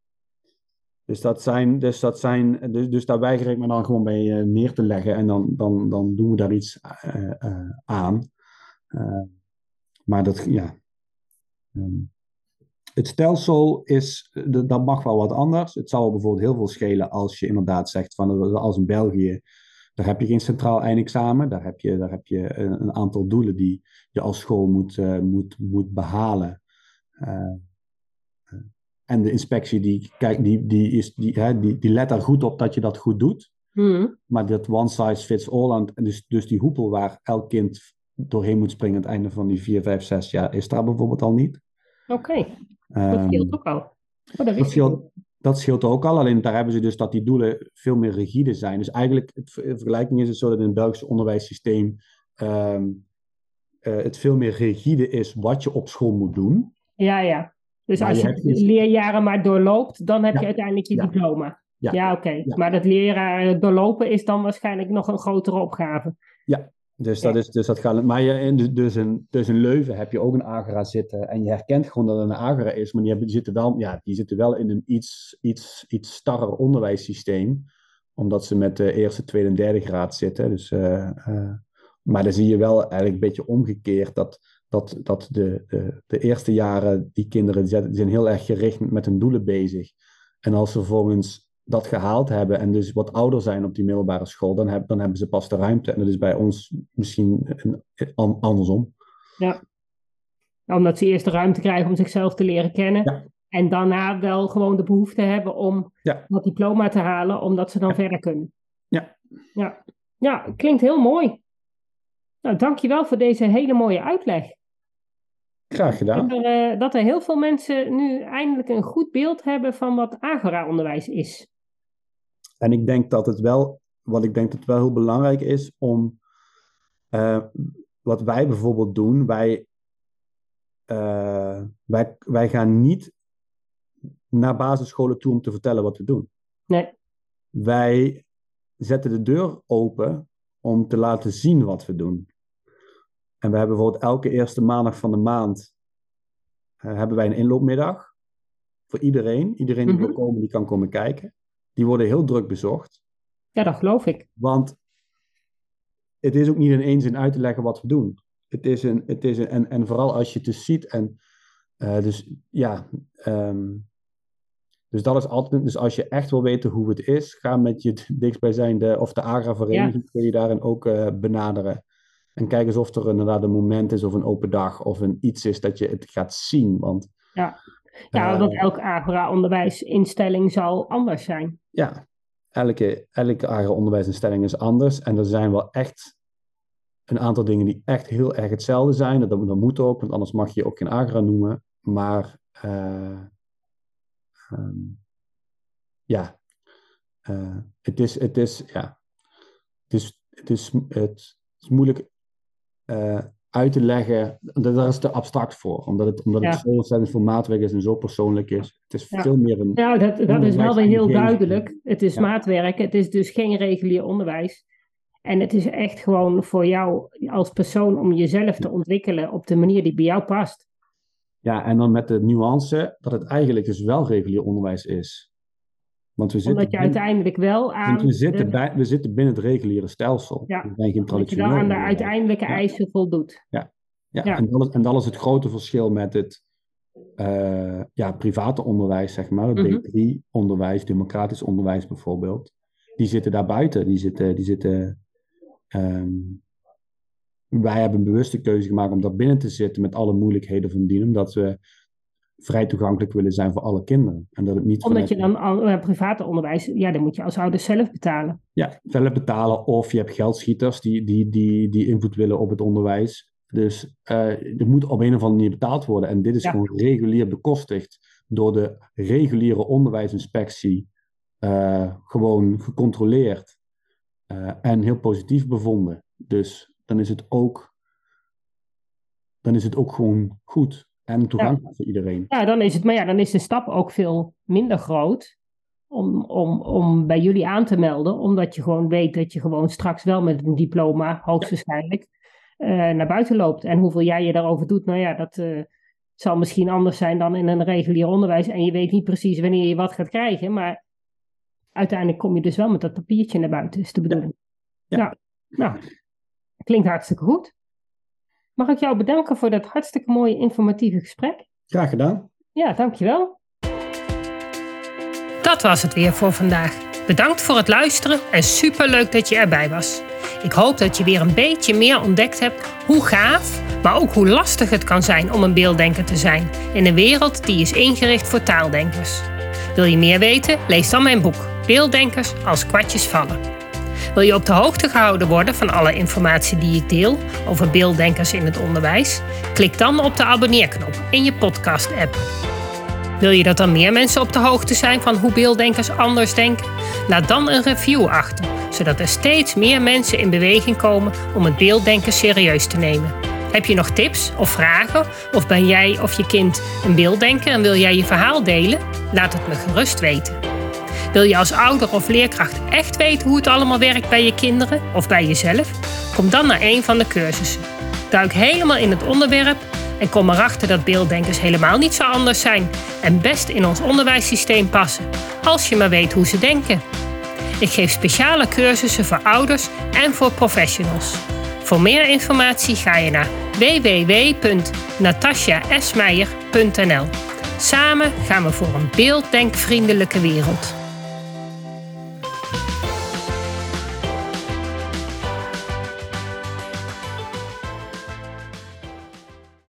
Dus dat zijn, dus dat zijn, dus, dus daar weiger ik me dan gewoon bij uh, neer te leggen en dan, dan, dan doen we daar iets uh, uh, aan. Uh, maar dat, ja. Um, het stelsel is, dat mag wel wat anders. Het zou bijvoorbeeld heel veel schelen als je inderdaad zegt van, als in België, daar heb je geen centraal eindexamen, daar heb je, daar heb je een, een aantal doelen die je als school moet, uh, moet, moet behalen. Uh, En de inspectie die, kijk, die, die, is, die, hè, die, die let er goed op dat je dat goed doet. Mm. Maar dat one size fits all, en dus, dus die hoepel waar elk kind doorheen moet springen aan het einde van die vier, vijf, zes jaar, is daar bijvoorbeeld al niet. Oké, okay. Dat um, scheelt ook al. Oh, dat, dat, scheelt, dat scheelt ook al, alleen daar hebben ze dus dat die doelen veel meer rigide zijn. Dus eigenlijk, het, in vergelijking is het zo dat in het Belgische onderwijssysteem um, uh, het veel meer rigide is wat je op school moet doen. Ja, ja. Dus maar als je, je hebt... leerjaren maar doorloopt, dan heb ja. je uiteindelijk je ja. diploma. Ja, ja oké. Ja. Maar dat leraar doorlopen is dan waarschijnlijk nog een grotere opgave. Ja, dus Ja. dat is dus dat gaat. Maar je, in, dus, in, dus in Leuven heb je ook een agora zitten. En je herkent gewoon dat het een agora is. Maar die, hebben, die, zitten, wel, ja, die zitten wel in een iets, iets, iets starrer onderwijssysteem. Omdat ze met de eerste, tweede en derde graad zitten. Dus, uh, uh, maar dan zie je wel eigenlijk een beetje omgekeerd. Dat, dat, dat de, de, de eerste jaren, die kinderen die zijn heel erg gericht met hun doelen bezig. En als ze vervolgens dat gehaald hebben en dus wat ouder zijn op die middelbare school, dan, heb, dan hebben ze pas de ruimte. En dat is bij ons misschien een, een, andersom. Ja, omdat ze eerst de ruimte krijgen om zichzelf te leren kennen. Ja. En daarna wel gewoon de behoefte hebben om ja. dat diploma te halen, omdat ze dan ja. verder kunnen. Ja. Ja. Ja, klinkt heel mooi. Nou, dankjewel voor deze hele mooie uitleg. Graag gedaan. Dat er, uh, dat er heel veel mensen nu eindelijk een goed beeld hebben van wat agora-onderwijs is. En ik denk dat het wel, wat ik denk dat het wel heel belangrijk is om, uh, wat wij bijvoorbeeld doen, wij, uh, wij, wij gaan niet naar basisscholen toe om te vertellen wat we doen. Nee. Wij zetten de deur open om te laten zien wat we doen. En we hebben bijvoorbeeld elke eerste maandag van de maand uh, hebben wij een inloopmiddag voor iedereen. Iedereen die mm-hmm. wil komen, die kan komen kijken. Die worden heel druk bezocht. Ja, dat geloof ik. Want het is ook niet in één zin uit te leggen wat we doen. Het is een, het is een, en, en vooral als je het dus ziet. En, uh, dus ja, um, dus dat is altijd. Dus als je echt wil weten hoe het is, ga met je dichtstbijzijnde of de agra-vereniging, ja. kun je daarin ook uh, benaderen. En kijk eens of er inderdaad een moment is of een open dag of een iets is dat je het gaat zien. Want ja. Ja, uh, want elke agora-onderwijsinstelling zal anders zijn. Ja, elke, elke agora-onderwijsinstelling is anders. En er zijn wel echt een aantal dingen die echt heel erg hetzelfde zijn. Dat, dat moet ook, want anders mag je je ook geen agora noemen. Maar uh, um, ja, uh, het is, het is, ja, het is, het is, het is moeilijk uh, uit te leggen. Daar is te abstract voor, omdat het, omdat ja. het zo ontzettend veel maatwerk is en zo persoonlijk is. Het is ja. veel meer een... Nou, dat, dat is wel weer heel duidelijk. Het is ja. maatwerk, het is dus geen regulier onderwijs. En het is echt gewoon voor jou als persoon om jezelf te ontwikkelen op de manier die bij jou past. Ja, en dan met de nuance dat het eigenlijk dus wel regulier onderwijs is. Want we Omdat je binnen, uiteindelijk wel aan... We zitten, de, bij, we zitten binnen het reguliere stelsel. Ja, we zijn geen dat je wel aan de uiteindelijke ja. eisen voldoet. Ja, ja. ja. En, dat is, en dat is het grote verschil met het uh, ja, private onderwijs, zeg maar. Het mm-hmm. D drie-onderwijs, democratisch onderwijs bijvoorbeeld. Die zitten daar buiten. Die zitten... Die zitten um, wij hebben een bewuste keuze gemaakt om daar binnen te zitten met alle moeilijkheden van dien. Omdat we vrij toegankelijk willen zijn voor alle kinderen. En dat het niet Omdat je dan al, uh, private onderwijs, ja, dan moet je als ouders zelf betalen. Ja, zelf betalen of je hebt geldschieters die, die, die, die invloed willen op het onderwijs. Dus uh, er moet op een of andere manier betaald worden. En dit is ja. gewoon regulier bekostigd door de reguliere onderwijsinspectie uh, gewoon gecontroleerd uh, en heel positief bevonden. Dus dan is het ook, dan is het ook gewoon goed. En toegankelijk ja. voor iedereen. Ja, dan is het, maar ja, dan is de stap ook veel minder groot om, om, om bij jullie aan te melden. Omdat je gewoon weet dat je gewoon straks wel met een diploma, hoogstwaarschijnlijk, uh, naar buiten loopt. En hoeveel jij je daarover doet, nou ja, dat uh, zal misschien anders zijn dan in een regulier onderwijs. En je weet niet precies wanneer je wat gaat krijgen. Maar uiteindelijk kom je dus wel met dat papiertje naar buiten, is de bedoeling. Ja. Ja. Nou, nou, klinkt hartstikke goed. Mag ik jou bedanken voor dat hartstikke mooie informatieve gesprek? Graag gedaan. Ja, dankjewel. Dat was het weer voor vandaag. Bedankt voor het luisteren en superleuk dat je erbij was. Ik hoop dat je weer een beetje meer ontdekt hebt hoe gaaf, maar ook hoe lastig het kan zijn om een beelddenker te zijn in een wereld die is ingericht voor taaldenkers. Wil je meer weten? Lees dan mijn boek Beelddenkers als kwartjes vallen. Wil je op de hoogte gehouden worden van alle informatie die ik deel over beelddenkers in het onderwijs? Klik dan op de abonneerknop in je podcast-app. Wil je dat er meer mensen op de hoogte zijn van hoe beelddenkers anders denken? Laat dan een review achter, zodat er steeds meer mensen in beweging komen om het beelddenken serieus te nemen. Heb je nog tips of vragen? Of ben jij of je kind een beelddenker en wil jij je verhaal delen? Laat het me gerust weten. Wil je als ouder of leerkracht echt weten hoe het allemaal werkt bij je kinderen of bij jezelf? Kom dan naar een van de cursussen. Duik helemaal in het onderwerp en kom erachter dat beelddenkers helemaal niet zo anders zijn en best in ons onderwijssysteem passen, als je maar weet hoe ze denken. Ik geef speciale cursussen voor ouders en voor professionals. Voor meer informatie ga je naar w w w punt natasja esmeijer punt n l. Samen gaan we voor een beelddenkvriendelijke wereld.